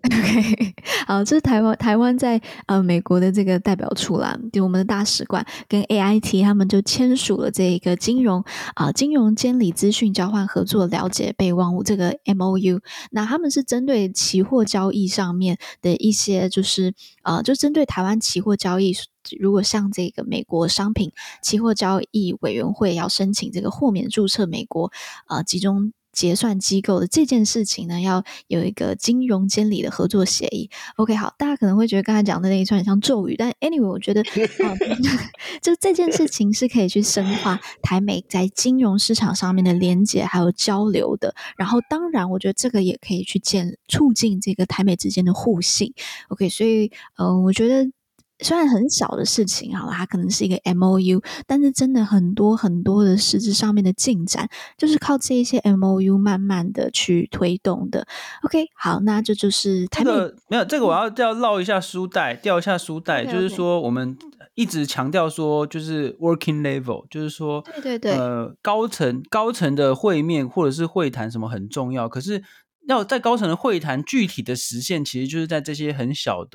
[SPEAKER 2] OK， 好，这是台湾台湾在呃美国的这个代表处啦，就我们的大使馆跟 A I T 他们就签署了这个金融啊、呃、金融监理资讯交换合作了解备忘录这个 M O U。那他们是针对期货交易上面的一些，就是呃就针对台湾期货交易。如果像这个美国商品期货交易委员会要申请这个豁免注册美国呃集中结算机构的这件事情呢，要有一个金融监理的合作协议。OK， 好，大家可能会觉得刚才讲的那一串很像咒语，但 anyway， 我觉得，嗯，就这件事情是可以去深化台美在金融市场上面的连结还有交流的。然后，当然，我觉得这个也可以去建促进这个台美之间的互信。OK， 所以，嗯、呃，我觉得。虽然很小的事情好了，它可能是一个 M O U， 但是真的很多很多的实质上面的进展，就是靠这一些 M O U 慢慢的去推动的。OK， 好，那这就是台美、
[SPEAKER 5] 这个没有这个我要要绕一下书带，掉一下书带，
[SPEAKER 2] okay,
[SPEAKER 5] 就是说我们一直强调说，就是 working level， 就是说，
[SPEAKER 2] 对对对，
[SPEAKER 5] 呃，高层高层的会面或者是会谈什么很重要，可是要在高层的会谈具体的实现，其实就是在这些很小的。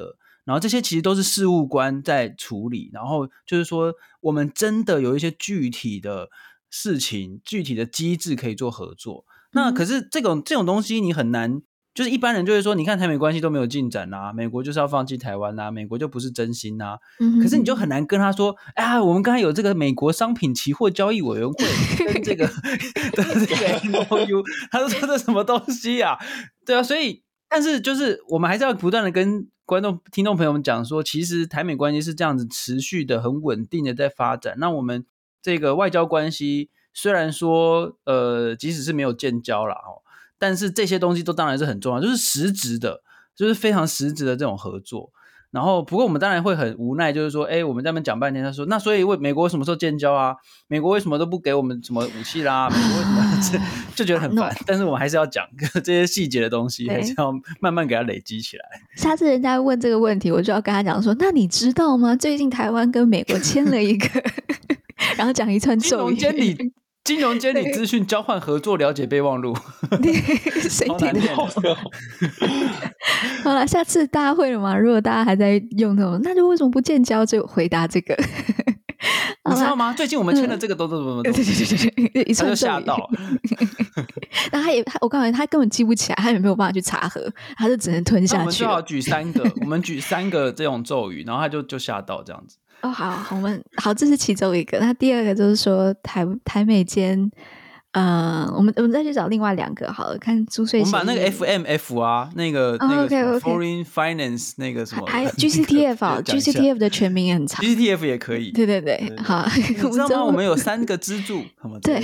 [SPEAKER 5] 然后这些其实都是事务官在处理，然后就是说我们真的有一些具体的事情、具体的机制可以做合作。那可是这种这种东西你很难，就是一般人就会说，你看台美关系都没有进展啊，美国就是要放弃台湾啊，美国就不是真心啊。可是你就很难跟他说，啊，我们刚才有这个美国商品期货交易委员会跟这个的这个 M O U， 他说这什么东西啊？对啊，所以但是就是我们还是要不断的跟观众听众朋友们讲说，其实台美关系是这样子持续的很稳定的在发展。那我们这个外交关系虽然说呃即使是没有建交啦，但是这些东西都当然是很重要，就是实质的，就是非常实质的这种合作。然后不过我们当然会很无奈，就是说哎，我们在那边讲半天，他说那所以为美国什么时候建交啊？美国为什么都不给我们什么武器啦？美国为什么就觉得很烦。但是我们还是要讲这些细节的东西，还是要慢慢给它累积起来。
[SPEAKER 2] 下次人家问这个问题，我就要跟他讲说，那你知道吗？最近台湾跟美国签了一个然后讲一串咒语，
[SPEAKER 5] 金融监理金融监理资讯交换合作了解备忘录
[SPEAKER 2] 谁听得懂？好了，下次大家会了吗？如果大家还在用那种，那就为什么不建交？就回答这个
[SPEAKER 5] 你知道吗？最近我们签了这个都都都都，他就吓到
[SPEAKER 2] 然后他也我告诉你，他根本记不起来，他也没有办法去查核，他就只能吞下去。
[SPEAKER 5] 我们最好举三个我们举三个这种咒语，然后他就就吓到这样子。
[SPEAKER 2] 哦，好，好，我们好，这是其中一个。那第二个就是说台台美间，呃，我们我们再去找另外两个好了，看租税。
[SPEAKER 5] 我们把那个 F M F 啊，那个、哦、那个什么 Foreign Finance 那个什么，
[SPEAKER 2] 还有 G C T F 啊，G C T F 的全名很长
[SPEAKER 5] ，G C T F 也可以。
[SPEAKER 2] 对对对，对对对好，
[SPEAKER 5] 你知道吗？我们有三个支柱，
[SPEAKER 2] 对，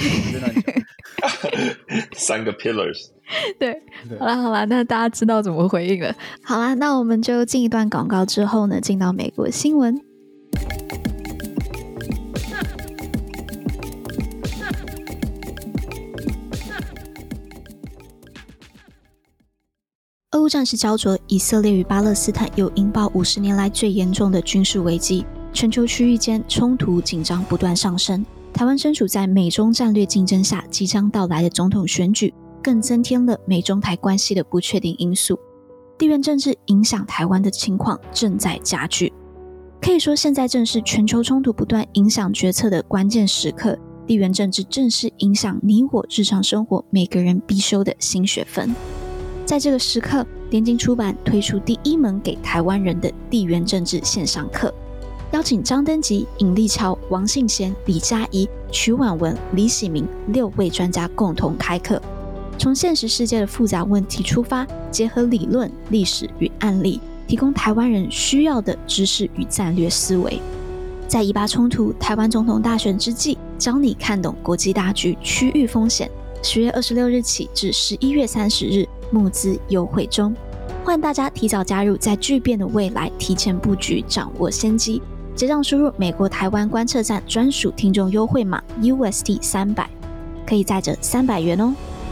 [SPEAKER 4] 三个 pillars。
[SPEAKER 2] 对，好啦好啦，那大家知道怎么回应了。好啦，那我们就进一段广告之后呢，进到美国新闻。俄乌战事焦灼，以色列与巴勒斯坦又引爆五十年来最严重的军事危机，全球区域间冲突紧张不断上升。台湾身处在美中战略竞争下，即将到来的总统选举更增添了美中台关系的不确定因素。地缘政治影响台湾的情况正在加剧，可以说现在正是全球冲突不断影响决策的关键时刻，地缘政治正是影响你我日常生活每个人必修的新学分。在这个时刻，联经出版推出第一门给台湾人的地缘政治线上课，邀请张登吉、尹立桥、王信贤、李嘉怡、曲婉文、李喜明六位专家共同开课，从现实世界的复杂问题出发，结合理论、历史与案例，提供台湾人需要的知识与战略思维。在以巴冲突、台湾总统大选之际，教你看懂国际大局、区域风险。十月二十六日起至十一月三十日，募资优惠中，欢迎大家提早加入，在巨变的未来提前布局，掌握先机。结账输入美国台湾观测站专属听众优惠码 U S D 三百，可以再折三百元哦。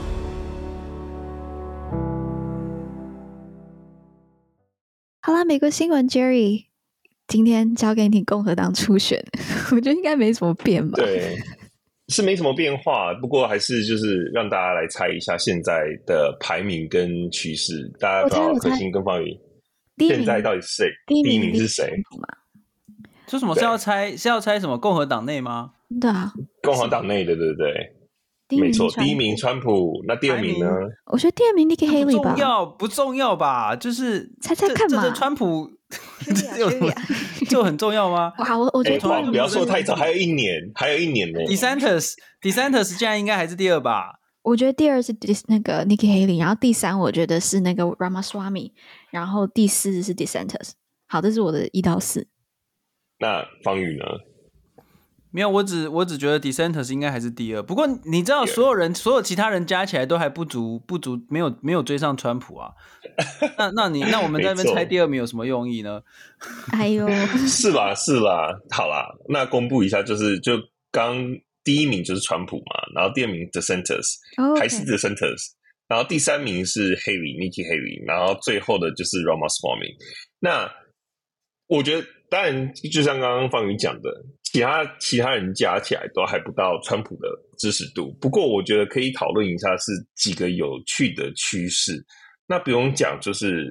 [SPEAKER 2] 好啦，美国新闻 Jerry， 今天交给你共和党初选，我觉得应该没什么变吧？
[SPEAKER 4] 对。是没什么变化，不过还是就是让大家来猜一下现在的排名跟趋势。大家知道可心跟方宇现在到底是谁？第一名是谁？
[SPEAKER 5] 说什么是要猜？是要猜什么？共和党内吗？
[SPEAKER 2] 对啊，
[SPEAKER 4] 共和党内的，对不对？没错，第一名川普，那第二名呢？
[SPEAKER 2] 我觉得第二名 Nikki Haley 吧，
[SPEAKER 5] 不重要，不重要吧？就是
[SPEAKER 2] 猜猜看嘛，
[SPEAKER 5] 这这川普就很重要吗？
[SPEAKER 2] 哇，我我觉得、
[SPEAKER 4] 欸、不要说太早，还有一年，还有一年呢。
[SPEAKER 5] DeSantis DeSantis 现在应该还是第二吧？
[SPEAKER 2] 我觉得第二是那个 Nikki Haley， 然后第三我觉得是那个 Ramaswamy， 然后第四是 DeSantis。好，这是我的一到四。
[SPEAKER 4] 那方宇呢？
[SPEAKER 5] 没有，我只我只觉得 DeSantis 应该还是第二。不过你知道，所有人所有其他人加起来都还不足不足，没有没有追上川普啊。那那你那我们在那边猜第二名有什么用意呢？
[SPEAKER 2] 哎呦，
[SPEAKER 4] 是啦是啦，好啦，那公布一下，就是就刚第一名就是川普嘛，然后第二名 DeSantis、oh, okay. 还是 DeSantis， 然后第三名是 Haley Nikki Haley， 然后最后的就是 Ramaswamy。那我觉得当然就像刚刚方宇讲的，其他其他人加起来都还不到川普的支持度，不过我觉得可以讨论一下是几个有趣的趋势。那不用讲，就是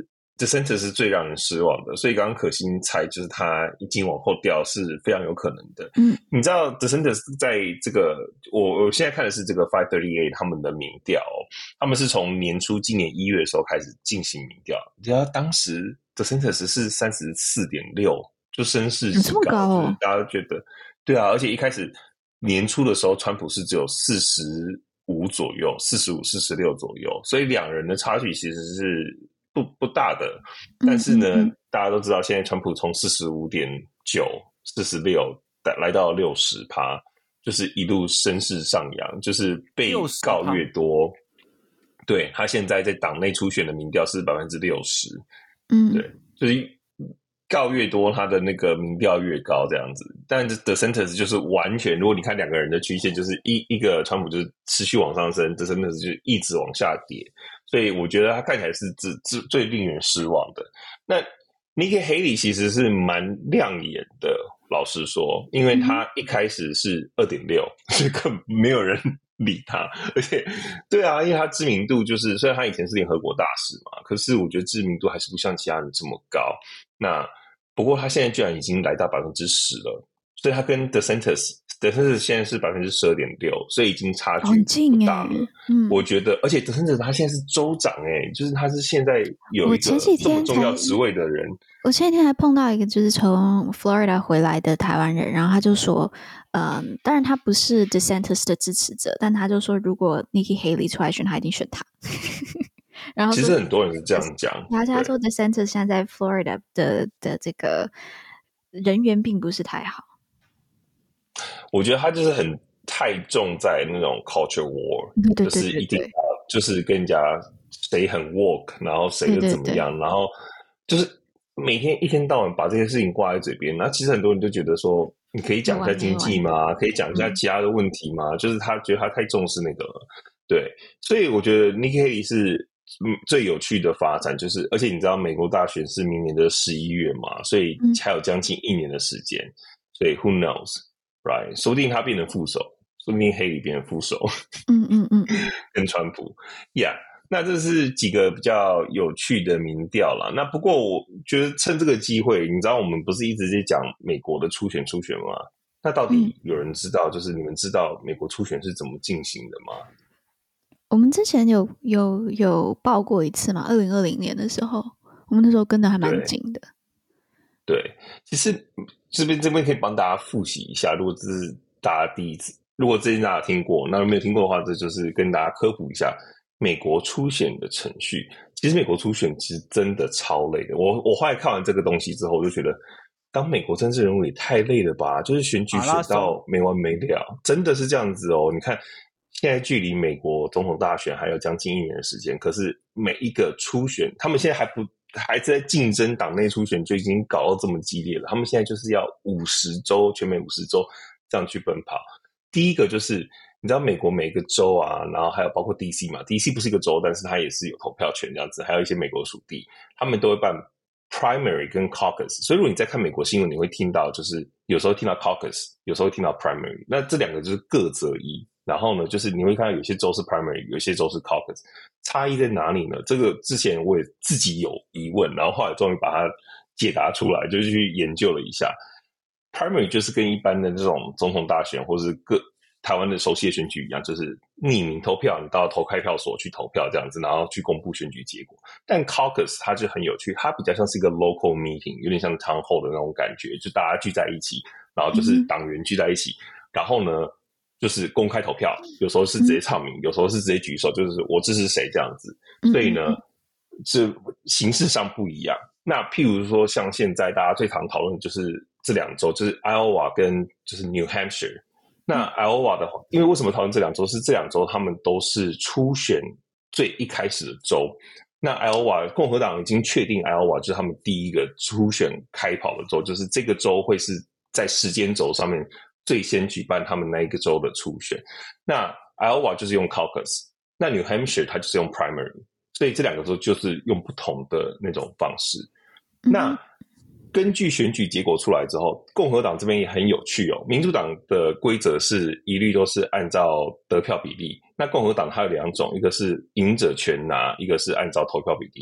[SPEAKER 4] DeSantis 是最让人失望的，所以刚刚可心猜就是他已经往后掉是非常有可能的。
[SPEAKER 2] 嗯，
[SPEAKER 4] 你知道 DeSantis 在这个我我现在看的是这个五三八他们的民调、哦，他们是从年初今年一月的时候开始进行民调，你知道当时 DeSantis 是 三十四点六， 就声势极高，
[SPEAKER 2] 这么高哦，
[SPEAKER 4] 就是大家都觉得对啊，而且一开始年初的时候川普是只有四十五左右，四十五、四十六左右，所以两人的差距其实是不不大的。但是呢，嗯嗯嗯大家都知道，现在川普从四十五点九、四十六来到六十趴，就是一路声势上扬，就是被告越多，对他现在在党内初选的民调是百分之六十，嗯，对，就是告越多，他的那个民调越高这样子。但 DeSantis 就是完全，如果你看两个人的曲线，就是一一个川普就是持续往上升 ，DeSantis 就一直往下跌，所以我觉得他看起来是最最最令人失望的。那 Nikki Haley 其实是蛮亮眼的，老实说，因为他一开始是 二点六， 所以根本没有人理他，而且对啊，因为他知名度就是虽然他以前是联合国大使嘛，可是我觉得知名度还是不像其他人这么高。那不过他现在居然已经来到 百分之十 了，所以他跟 DeSantis DeSantis 现在是 百分之十二点六， 所以已经差距不大了、哦嗯、我觉得而且 DeSantis 他现在是州长耶，就是他是现在有一个这么重要职位的人。
[SPEAKER 2] 我前几天还碰到一个就是从 Florida 回来的台湾人，然后他就说嗯，当然他不是 DeSantis 的支持者，但他就说如果 Nikki Haley 出来选他一定选他然后
[SPEAKER 4] 其实很多人是这样讲，
[SPEAKER 2] 然后他说 DeSantis 现在在 Florida 的的这个人缘并不是太好。
[SPEAKER 4] 我觉得他就是很太重在那种 culture war，
[SPEAKER 2] 对对对对对，
[SPEAKER 4] 就是一定要就是跟人家谁很 woke， 然后谁就怎么样，对对对，然后就是每天一天到晚把这些事情挂在嘴边。那其实很多人就觉得说，你可以讲一下经济吗？可以讲一下其他的问题吗？嗯、就是他觉得他太重视那个了，对，所以我觉得 Nikki Haley 是。嗯，最有趣的发展就是，而且你知道美国大选是明年的十一月嘛，所以还有将近一年的时间、嗯，所以 who knows， right？ 说不定他变成副手，说不定黑里变成副手，
[SPEAKER 2] 嗯嗯嗯，
[SPEAKER 4] 跟川普 ，yeah。那这是几个比较有趣的民调啦。那不过我觉得趁这个机会，你知道我们不是一直在讲美国的初选初选吗？那到底有人知道，就是你们知道美国初选是怎么进行的吗？
[SPEAKER 2] 我们之前有有有报过一次嘛，二零二零年的时候，我们那时候跟的还蛮紧的。
[SPEAKER 4] 对，对其实这边这边可以帮大家复习一下，如果这是大家第一次，如果之前大家听过，那没有听过的话，这就是跟大家科普一下美国初选的程序。其实美国初选其实真的超累的。我我后来看完这个东西之后，我就觉得当美国政治人物也太累了吧，就是选举选到没完没了，真的是这样子哦。你看。现在距离美国总统大选还有将近一年的时间，可是每一个初选，他们现在还不还在竞争党内初选，就已经搞到这么激烈了。他们现在就是要五十州，全美五十州这样去奔跑。第一个就是你知道美国每个州啊，然后还有包括 D C 嘛 ，D C 不是一个州，但是它也是有投票权这样子，还有一些美国属地，他们都会办 primary 跟 caucus。所以如果你在看美国新闻，你会听到就是有时候听到 caucus， 有时候会听到 primary， 那这两个就是各择一。然后呢，就是你会看到有些州是 primary， 有些州是 caucus， 差异在哪里呢？这个之前我也自己有疑问，然后后来终于把它解答出来，就去研究了一下。primary 就是跟一般的这种总统大选或是各台湾的熟悉的选举一样，就是匿名投票，你到投开票所去投票这样子，然后去公布选举结果。但 caucus 它就很有趣，它比较像是一个 local meeting， 有点像 town hall 的那种感觉，就大家聚在一起，然后就是党员聚在一起，嗯、然后呢。就是公开投票，有时候是直接唱名，嗯、有时候是直接举手，就是我支持谁这样子。所以呢，是形式上不一样。那譬如说，像现在大家最常讨论的就是这两州，就是 Iowa 跟就是 New Hampshire。那 Iowa 的话，因为为什么讨论这两州？是这两州他们都是初选最一开始的州。那 Iowa 共和党已经确定 Iowa 就是他们第一个初选开跑的州，就是这个州会是在时间轴上面。最先举办他们那一个州的初选，那 Iowa 就是用 caucus， 那 New Hampshire 它就是用 primary， 所以这两个州就是用不同的那种方式。嗯、那根据选举结果出来之后，共和党这边也很有趣哦。民主党的规则是一律都是按照得票比例，那共和党它有两种，一个是赢者全拿，一个是按照投票比例。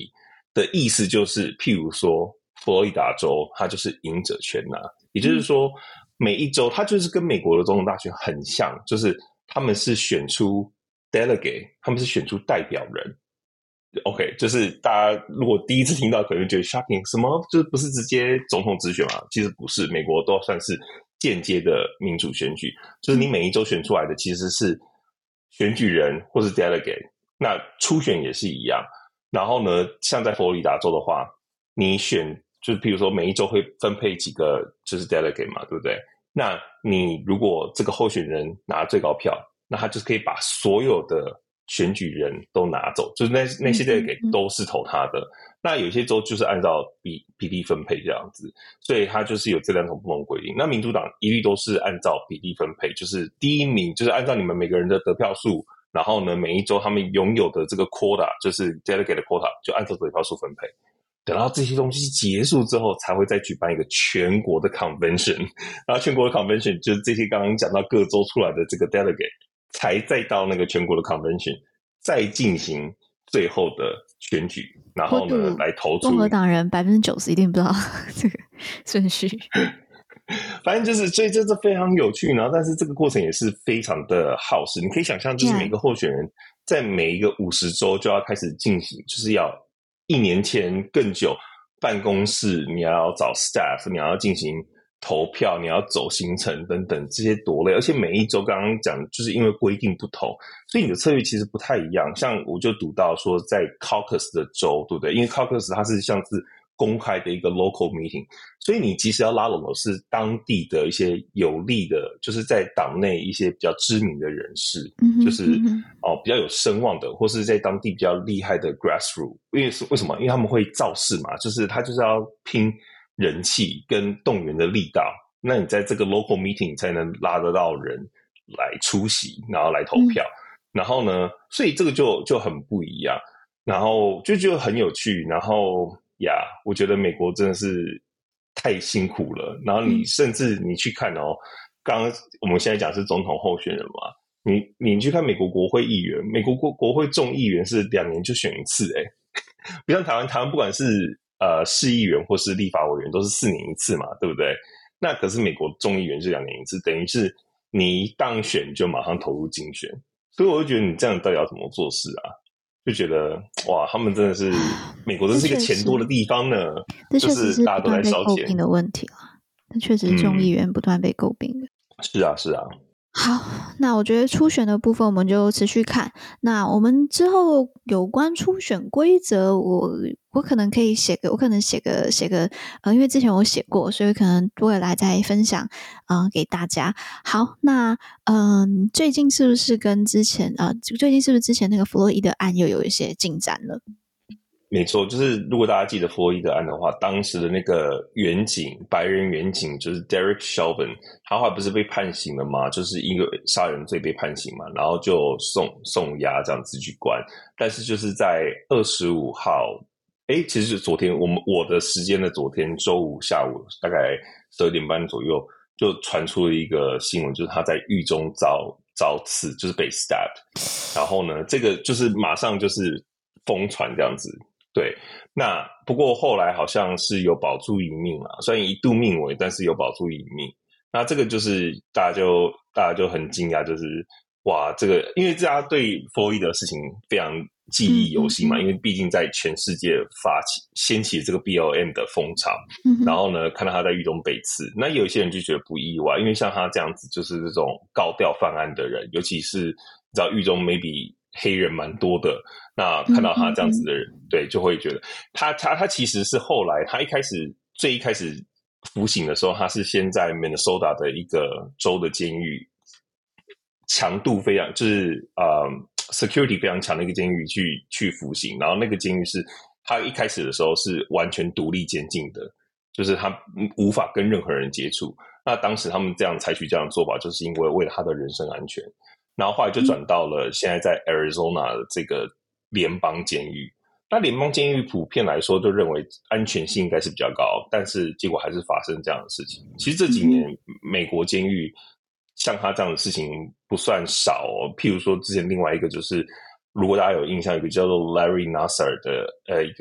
[SPEAKER 4] 的意思就是，譬如说佛罗里达州，它就是赢者全拿，也就是说每一州它就是跟美国的总统大选很像，就是他们是选出 delegate， 他们是选出代表人。OK， 就是大家如果第一次听到可能觉得 shocking， 什么就是不是直接总统直选嘛？其实不是，美国都算是间接的民主选举，就是你每一州选出来的其实是选举人或是 delegate， 那初选也是一样。然后呢，像在佛罗里达州的话，你选就是譬如说每一州会分配几个就是 delegate 嘛，对不对？那你如果这个候选人拿最高票，那他就是可以把所有的选举人都拿走，就是那那些 delegate 都是投他的。那有些州就是按照比比例分配这样子，所以它就是有这两种不同规定。那民主党一律都是按照比例分配，就是第一名就是按照你们每个人的得票数，然后呢每一州他们拥有的这个 quota 就是 delegate 的 quota 就按照得票数分配。等到这些东西结束之后，才会再举办一个全国的 convention， 然后全国的 convention 就是这些刚刚讲到各州出来的这个 delegate， 才再到那个全国的 convention， 再进行最后的选举，然后呢来投出。
[SPEAKER 2] 共和党人百分之九十一定不知道这个顺序。
[SPEAKER 4] 反正就是，所以这是非常有趣，然后但是这个过程也是非常的耗时。你可以想象，就是每个候选人在每一个五十州就要开始进行，就是要一年前更久办公室，你要找 staff， 你要进行投票，你要走行程等等，这些多累。而且每一州刚刚讲，就是因为规定不同，所以你的策略其实不太一样。像我就读到说，在 caucus 的州，对不对？因为 caucus 它是像是公开的一个 local meeting， 所以你即使要拉拢的是当地的一些有利的，就是在党内一些比较知名的人士，
[SPEAKER 2] 嗯、
[SPEAKER 4] 就是、嗯哦、比较有声望的，或是在当地比较厉害的 grassroots。因为为什么？因为他们会造势嘛，就是他就是要拼人气跟动员的力道。那你在这个 local meeting 才能拉得到人来出席，然后来投票。嗯、然后呢，所以这个就就很不一样，然后就觉得很有趣，然后。呀、yeah, 我觉得美国真的是太辛苦了。然后你甚至你去看哦，刚刚我们现在讲是总统候选人嘛，你你去看美国国会议员，美国国国会众议员是两年就选一次，诶不像台湾，台湾不管是呃市议员或是立法委员都是四年一次嘛，对不对？那可是美国众议员是两年一次，等于是你一当选就马上投入竞选，所以我就觉得你这样到底要怎么做事啊？就觉得哇，他们真的是美国，真是一个钱多的地方呢。
[SPEAKER 2] 这确实是
[SPEAKER 4] 大家都在烧钱
[SPEAKER 2] 的问题了。这确实是众议员不断被诟病的。
[SPEAKER 4] 嗯、是啊，是啊。
[SPEAKER 2] 好，那我觉得初选的部分我们就持续看。那我们之后有关初选规则，我我可能可以写个，我可能写个写个，呃，因为之前我写过，所以可能未来再分享，呃，给大家。好，那嗯、呃，最近是不是跟之前呃，最近是不是之前那个弗洛伊德案又有一些进展了？
[SPEAKER 4] 没错，就是如果大家记得弗洛伊德案的话，当时的那个远警白人远警就是 Derek Chauvin， 他后来不是被判刑了吗？就是因为杀人罪被判刑嘛，然后就送送押这样子去关。但是就是在二十五号，诶其实是昨天我们我的时间的昨天周五下午大概十二点半左右，就传出了一个新闻，就是他在狱中遭遭刺，就是被 stabbed。然后呢，这个就是马上就是疯传这样子。对，那不过后来好像是有保住一命啊，虽然一度命危，但是有保住一命。那这个就是大家就大家就很惊讶，就是哇，这个因为大家对弗洛伊德的事情非常记忆犹新嘛，嗯、因为毕竟在全世界发起掀起这个 B L M 的风潮，嗯、然后呢看到他在狱中被刺，那有一些人就觉得不意外，因为像他这样子就是这种高调犯案的人，尤其是你知道狱中 maybe 黑人蛮多的，那看到他这样子的人，嗯、对，就会觉得他他他其实是后来他一开始最一开始服刑的时候，他是先在 Minnesota 的一个州的监狱，强度非常就是呃 security 非常强的一个监狱去去服刑，然后那个监狱是他一开始的时候是完全独立监禁的，就是他无法跟任何人接触。那当时他们这样采取这样的做法，就是因为为了他的人身安全。然后后来就转到了现在在 Arizona 的这个联邦监狱。那联邦监狱普遍来说就认为安全性应该是比较高，但是结果还是发生这样的事情。其实这几年美国监狱像他这样的事情不算少哦。譬如说之前另外一个就是，如果大家有印象，有一个叫做 Larry Nassar 的呃一个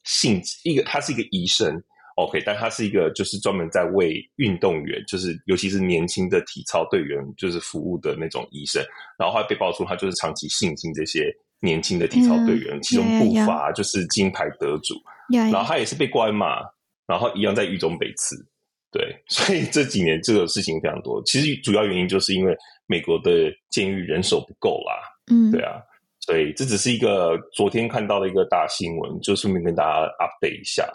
[SPEAKER 4] 性一个他是一个医生 OK， 但他是一个就是专门在为运动员，就是尤其是年轻的体操队员就是服务的那种医生，然后后来被爆出他就是长期性侵这些年轻的体操队员， yeah, 其中不乏就是金牌得主，
[SPEAKER 2] yeah, yeah.
[SPEAKER 4] 然后他也是被关骂，然后一样在狱中被刺。对，所以这几年这个事情非常多，其实主要原因就是因为美国的监狱人手不够啦。
[SPEAKER 2] 嗯，
[SPEAKER 4] 对啊，所以这只是一个昨天看到的一个大新闻，就顺便跟大家 update 一下。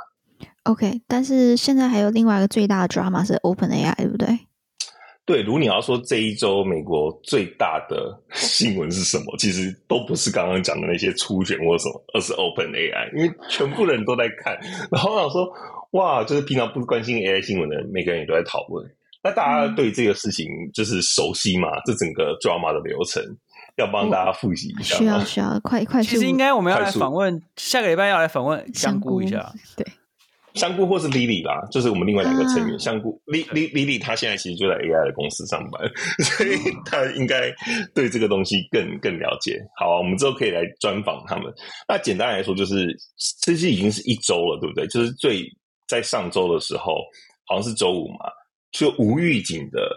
[SPEAKER 2] OK， 但是现在还有另外一个最大的 drama 是 OpenAI， 对不对？
[SPEAKER 4] 对，如果你要说这一周美国最大的新闻是什么，其实都不是刚刚讲的那些初选或什么，而是 OpenAI， 因为全部人都在看。然后我想说，哇，就是平常不关心 A I 新闻的人，每个人也都在讨论。那大家对这个事情就是熟悉嘛？嗯、这整个 drama 的流程，要帮大家复习一下吗？
[SPEAKER 2] 需要需要，快快速。
[SPEAKER 5] 其实应该我们要来访问，下个礼拜要来访问香菇一下。
[SPEAKER 2] 对。
[SPEAKER 4] 香菇或是 Lily 啦，就是我们另外两个成员。啊、香菇 Lily 她现在其实就在 A I 的公司上班，所以她应该对这个东西更更了解。好、啊，我们之后可以来专访他们。那简单来说，就是这是已经是一周了，对不对？就是最在上周的时候，好像是周五嘛，就无预警的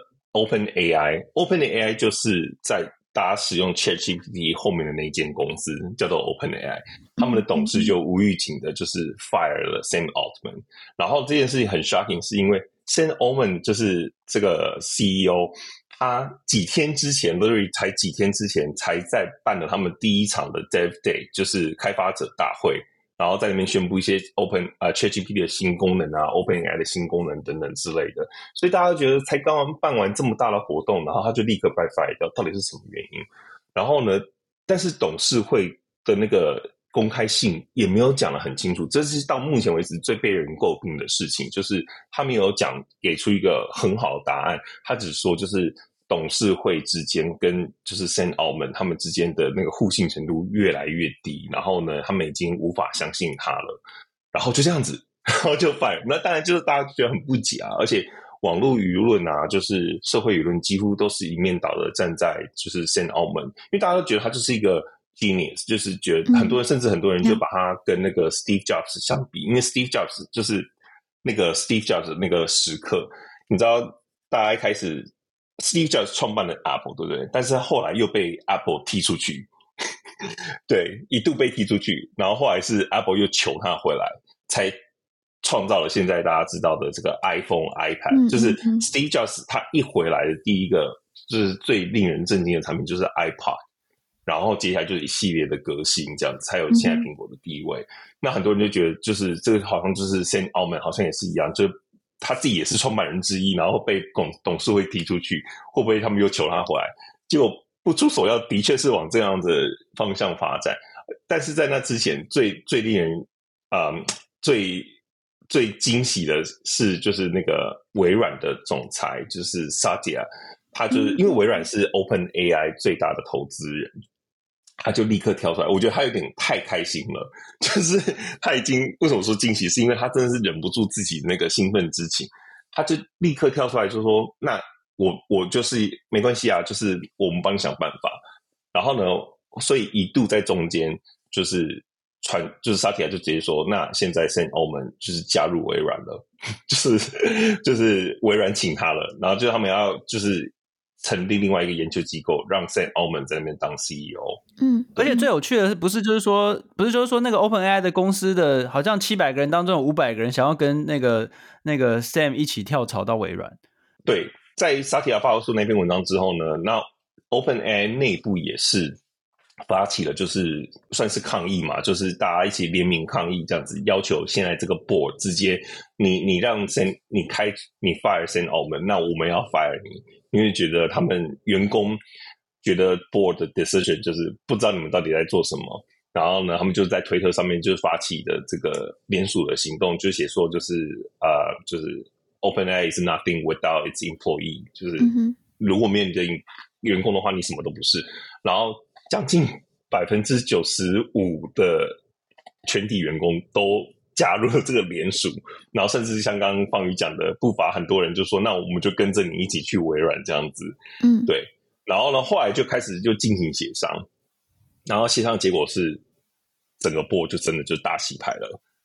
[SPEAKER 4] OpenAI，OpenAI 就是在大家使用 ChatGPT 后面的那一间公司叫做 OpenAI， 他们的董事就无预警的就是 fire 了 Sam Altman， 然后这件事情很 shocking， 是因为 Sam Altman 就是这个 C E O， 他几天之前 literally 才几天之前才在办了他们第一场的 Dev Day， 就是开发者大会，然后在那边宣布一些 Open 呃 ChatGPT 的新功能啊 OpenAI 的新功能等等之类的，所以大家觉得才刚刚办完这么大的活动，然后他就立刻被 fire 掉，到底是什么原因？然后呢，但是董事会的那个公开信也没有讲得很清楚，这是到目前为止最被人诟病的事情，就是他没有讲给出一个很好的答案，他只说就是董事会之间跟就是 Sam Altman 他们之间的那个互信程度越来越低，然后呢他们已经无法相信他了，然后就这样子然后就 fire。 那当然就是大家觉得很不解啊，而且网络舆论啊，就是社会舆论几乎都是一面倒的站在就是 Sam Altman， 因为大家都觉得他就是一个 genius， 就是觉得很多人、嗯、甚至很多人就把他跟那个 Steve Jobs 相比，因为 Steve Jobs 就是那个 Steve Jobs 的那个时刻，你知道大家一开始Steve Jobs 创办了 Apple， 对不对？但是后来又被 Apple 踢出去对，一度被踢出去，然后后来是 Apple 又求他回来，才创造了现在大家知道的这个 iPhone、iPad、嗯。就是 Steve Jobs 他一回来的第一个就是最令人震惊的产品就是 iPod， 然后接下来就是一系列的革新，这样子才有现在苹果的地位、嗯。那很多人就觉得就是这个好像就是 Sam Altman 好像也是一样，就他自己也是创办人之一，然后被董董事会踢出去，会不会他们又求他回来？结果不出所料，的确是往这样的方向发展。但是在那之前，最最令人嗯最最惊喜的是，就是那个微软的总裁，就是 Satya， 他就是因为微软是 OpenAI 最大的投资人。他就立刻跳出来，我觉得他有点太开心了，就是他已经为什么说惊喜，是因为他真的是忍不住自己那个兴奋之情，他就立刻跳出来就说，那我我就是没关系啊，就是我们帮你想办法。然后呢，所以一度在中间就是传就是萨提亚就直接说，那现在 Sam Altman 就是加入微软了，就是就是微软请他了，然后就是他们要就是成立另外一个研究机构，让 Sam Altman 在那边当 C E O。
[SPEAKER 2] 嗯，
[SPEAKER 5] 而且最有趣的是，不是就是说，不是就是说那个 OpenAI 的公司的，好像七百个人当中有五百个人想要跟那个那个 Sam 一起跳槽到微软。
[SPEAKER 4] 对，在萨提亚发出那篇文章之后呢，那 OpenAI 内部也是发起了，就是算是抗议嘛，就是大家一起联名抗议，这样子要求现在这个 board 直接，你你让 Sam 你开你 fire Sam Altman， 那我们要 fire 你。因为觉得他们员工觉得 board 的 decision 就是不知道你们到底在做什么，然后呢，他们就在推特上面就发起的这个联署的行动，就写说就是呃，就是 OpenAI is nothing without its employee， 就是如果没有你的员工的话，你什么都不是。然后将近百分之九十五的全体员工都加入了这个联署，然后甚至像刚刚方宇讲的，不乏很多人就说，那我们就跟着你一起去微软这样子。
[SPEAKER 2] 嗯，
[SPEAKER 4] 对。然后呢，后来就开始就进行协商，然后协商的结果是整个 board 就真的就大洗牌了，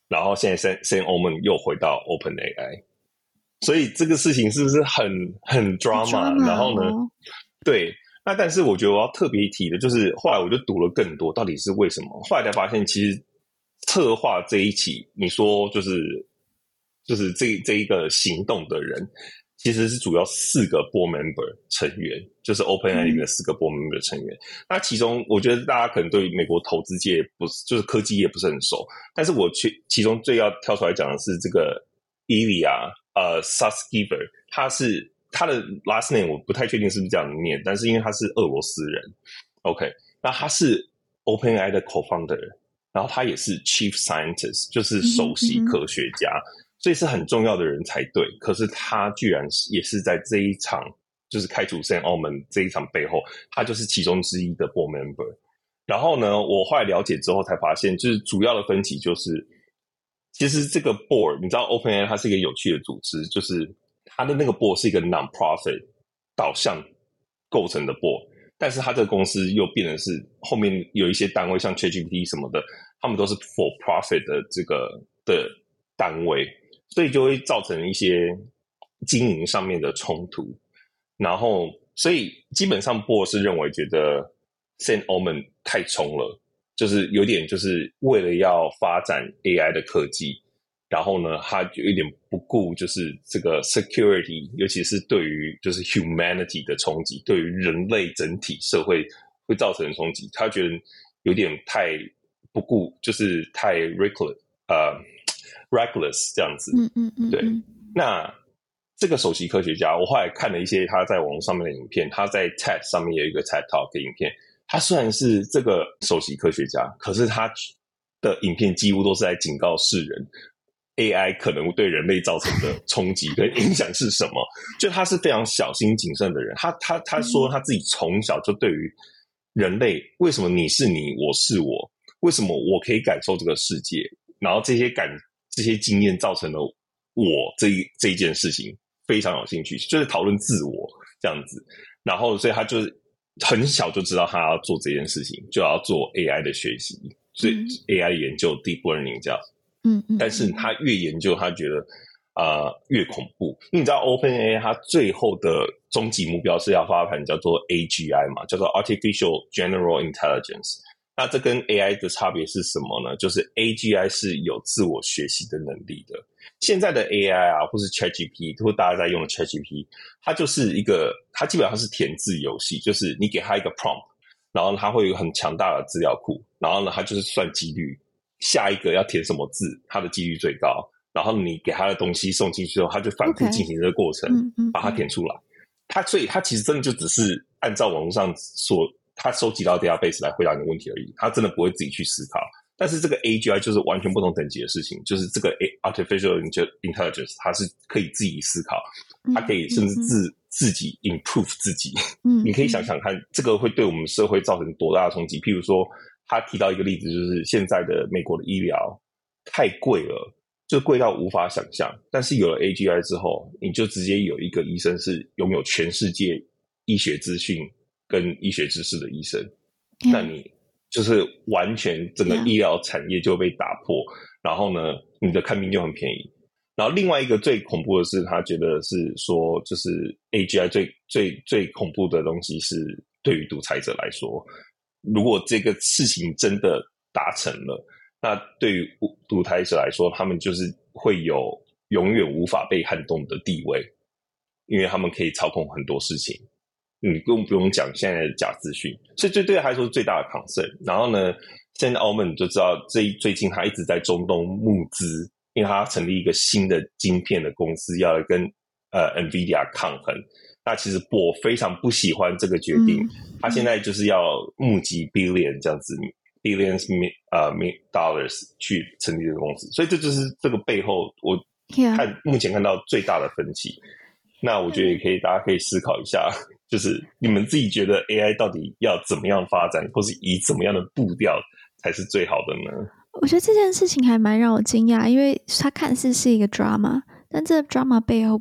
[SPEAKER 4] 然后现在 Sam Altman 又回到 OpenAI， 所以这个事情是不是很很 drama？
[SPEAKER 2] drama
[SPEAKER 4] 然后呢，
[SPEAKER 2] 哦
[SPEAKER 4] 对，那但是我觉得我要特别提的就是，后来我就读了更多，到底是为什么？后来才发现，其实策划这一起，你说就是就是这这一个行动的人。其实是主要四个 board member 成员，就是 OpenAI 里面的四个 board member 成员。嗯、那其中，我觉得大家可能对美国投资界不是，就是科技业不是很熟。但是我去其中最要挑出来讲的是这个 Ilya 呃 Sutskever， 他是他的 last name 我不太确定是不是这样念，但是因为他是俄罗斯人 ，OK， 那他是 OpenAI 的 co-founder， 然后他也是 chief scientist， 就是首席科学家。嗯嗯所以是很重要的人才对，可是他居然也是在这一场就是开除 Sam Altman 这一场背后，他就是其中之一的 board member。然后呢，我后来了解之后才发现，就是主要的分歧就是，其实这个 board， 你知道 OpenAI 它是一个有趣的组织，就是它的那个 board 是一个 non-profit 导向构成的 board， 但是它这个公司又变成是后面有一些单位像 ChatGPT 什么的，他们都是 for profit 的这个的单位。所以就会造成一些经营上面的冲突，然后所以基本上 board 是认为觉得 Sam Altman 太冲了，就是有点就是为了要发展 A I 的科技，然后呢他就有点不顾就是这个 security， 尤其是对于就是 humanity 的冲击，对于人类整体社会会造成的冲击，他觉得有点太不顾，就是太 reckless 呃reckless 这样子，
[SPEAKER 2] 嗯嗯嗯，
[SPEAKER 4] 对。那这个首席科学家，我后来看了一些他在网络上面的影片，他在 T E D 上面有一个 T E D Talk 的影片。他虽然是这个首席科学家，可是他的影片几乎都是在警告世人 ，A I 可能对人类造成的冲击跟影响是什么。就他是非常小心谨慎的人。他他他说他自己从小就对于人类，为什么你是你，我是我，为什么我可以感受这个世界，然后这些感。这些经验造成了我这一这一件事情非常有兴趣，就是讨论自我这样子。然后，所以他就是很小就知道他要做这件事情，就要做 A I 的学习，所以 A I 研究 Deep Learning 这样。嗯嗯。但是他越研究，他觉得呃越恐怖。因为你知道 OpenAI 它最后的终极目标是要发展叫做 A G I 嘛，叫做 Artificial General Intelligence。那这跟 A I 的差别是什么呢？就是 A G I 是有自我学习的能力的。现在的 A I 啊，或是 ChatGPT， 或大家在用的 ChatGPT， 它就是一个，它基本上是填字游戏，就是你给它一个 prompt， 然后它会有一个很强大的资料库，然后呢，它就是算几率，下一个要填什么字，它的几率最高。然后你给它的东西送进去之后，它就反复进行这个过程， okay. 把它填出来。它所以它其实真的就只是按照网络上所他收集到 database 来回答你的问题而已，他真的不会自己去思考。但是这个 A G I 就是完全不同等级的事情，就是这个 artificial intelligence 它是可以自己思考，它可以甚至自、嗯、自己 improve 自己。嗯，你可以想想看，这个会对我们社会造成多大的冲击？譬如说，他提到一个例子，就是现在的美国的医疗太贵了，就贵到无法想象。但是有了 A G I 之后，你就直接有一个医生是拥有全世界医学资讯跟医学知识的医生， yeah. 那你就是完全整个医疗产业就被打破， yeah. 然后呢，你的看病就很便宜。然后另外一个最恐怖的是，他觉得是说，就是 A G I 最最最恐怖的东西是对于独裁者来说，如果这个事情真的达成了，那对于独裁者来说，他们就是会有永远无法被撼动的地位，因为他们可以操控很多事情。你更不用讲现在的假资讯，所以这对他来说是最大的 concern。然后呢，现在 Altman 就知道这最近他一直在中东募资，因为他成立一个新的晶片的公司，要跟呃 Nvidia 抗衡。那其实我非常不喜欢这个决定，嗯、他现在就是要募集 billion 这样子 billions 呃 dollars 去成立这个公司，所以这就是这个背后我看、yeah. 目前看到最大的分歧。那我觉得也可以，大家可以思考一下，就是你们自己觉得 A I 到底要怎么样发展，或是以怎么样的步调才是最好的呢？
[SPEAKER 2] 我觉得这件事情还蛮让我惊讶，因为它看似是一个 drama， 但这个 drama 背后不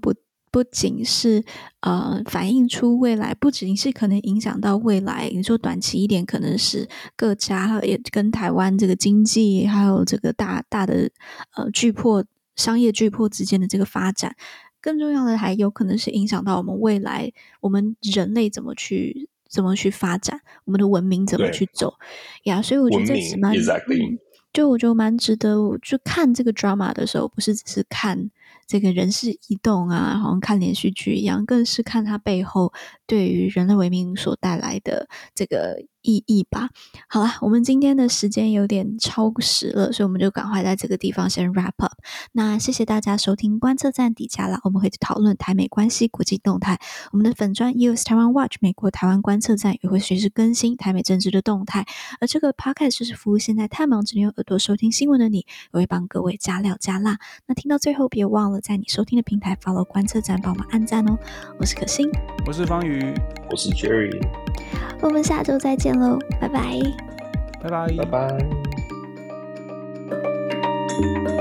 [SPEAKER 2] 不仅是呃反映出未来，不仅是可能影响到未来，你说短期一点，可能是各家也跟台湾这个经济还有这个大大的呃巨破商业巨破之间的这个发展，更重要的还有可能是影响到我们未来我们人类怎么去怎么去发展，我们的文明怎么去走呀。所以我觉得这是蛮、
[SPEAKER 4] exactly.
[SPEAKER 2] 嗯、就我觉得蛮值得，我就看这个 drama 的时候，不是只是看这个人事移动啊，好像看连续剧一样，更是看它背后对于人类文明所带来的这个意义吧。好啦，我们今天的时间有点超时了，所以我们就赶快在这个地方先 wrap up。那谢谢大家收听观测站底加啦，我们会讨论台美关系、国际动态。我们的粉专 U S Taiwan Watch 美国台湾观测站也会随时更新台美政治的动态。而这个 podcast 就是服务现在太忙只能用耳朵收听新闻的你，我会帮各位加料加辣。那听到最后别忘了在你收听的平台 follow 观测站，帮我们按赞哦。我是可心，
[SPEAKER 5] 我是方瑜，
[SPEAKER 4] 我是 Jerry，
[SPEAKER 2] 我们下周再见喽，拜拜，
[SPEAKER 5] 拜拜，
[SPEAKER 4] 拜拜。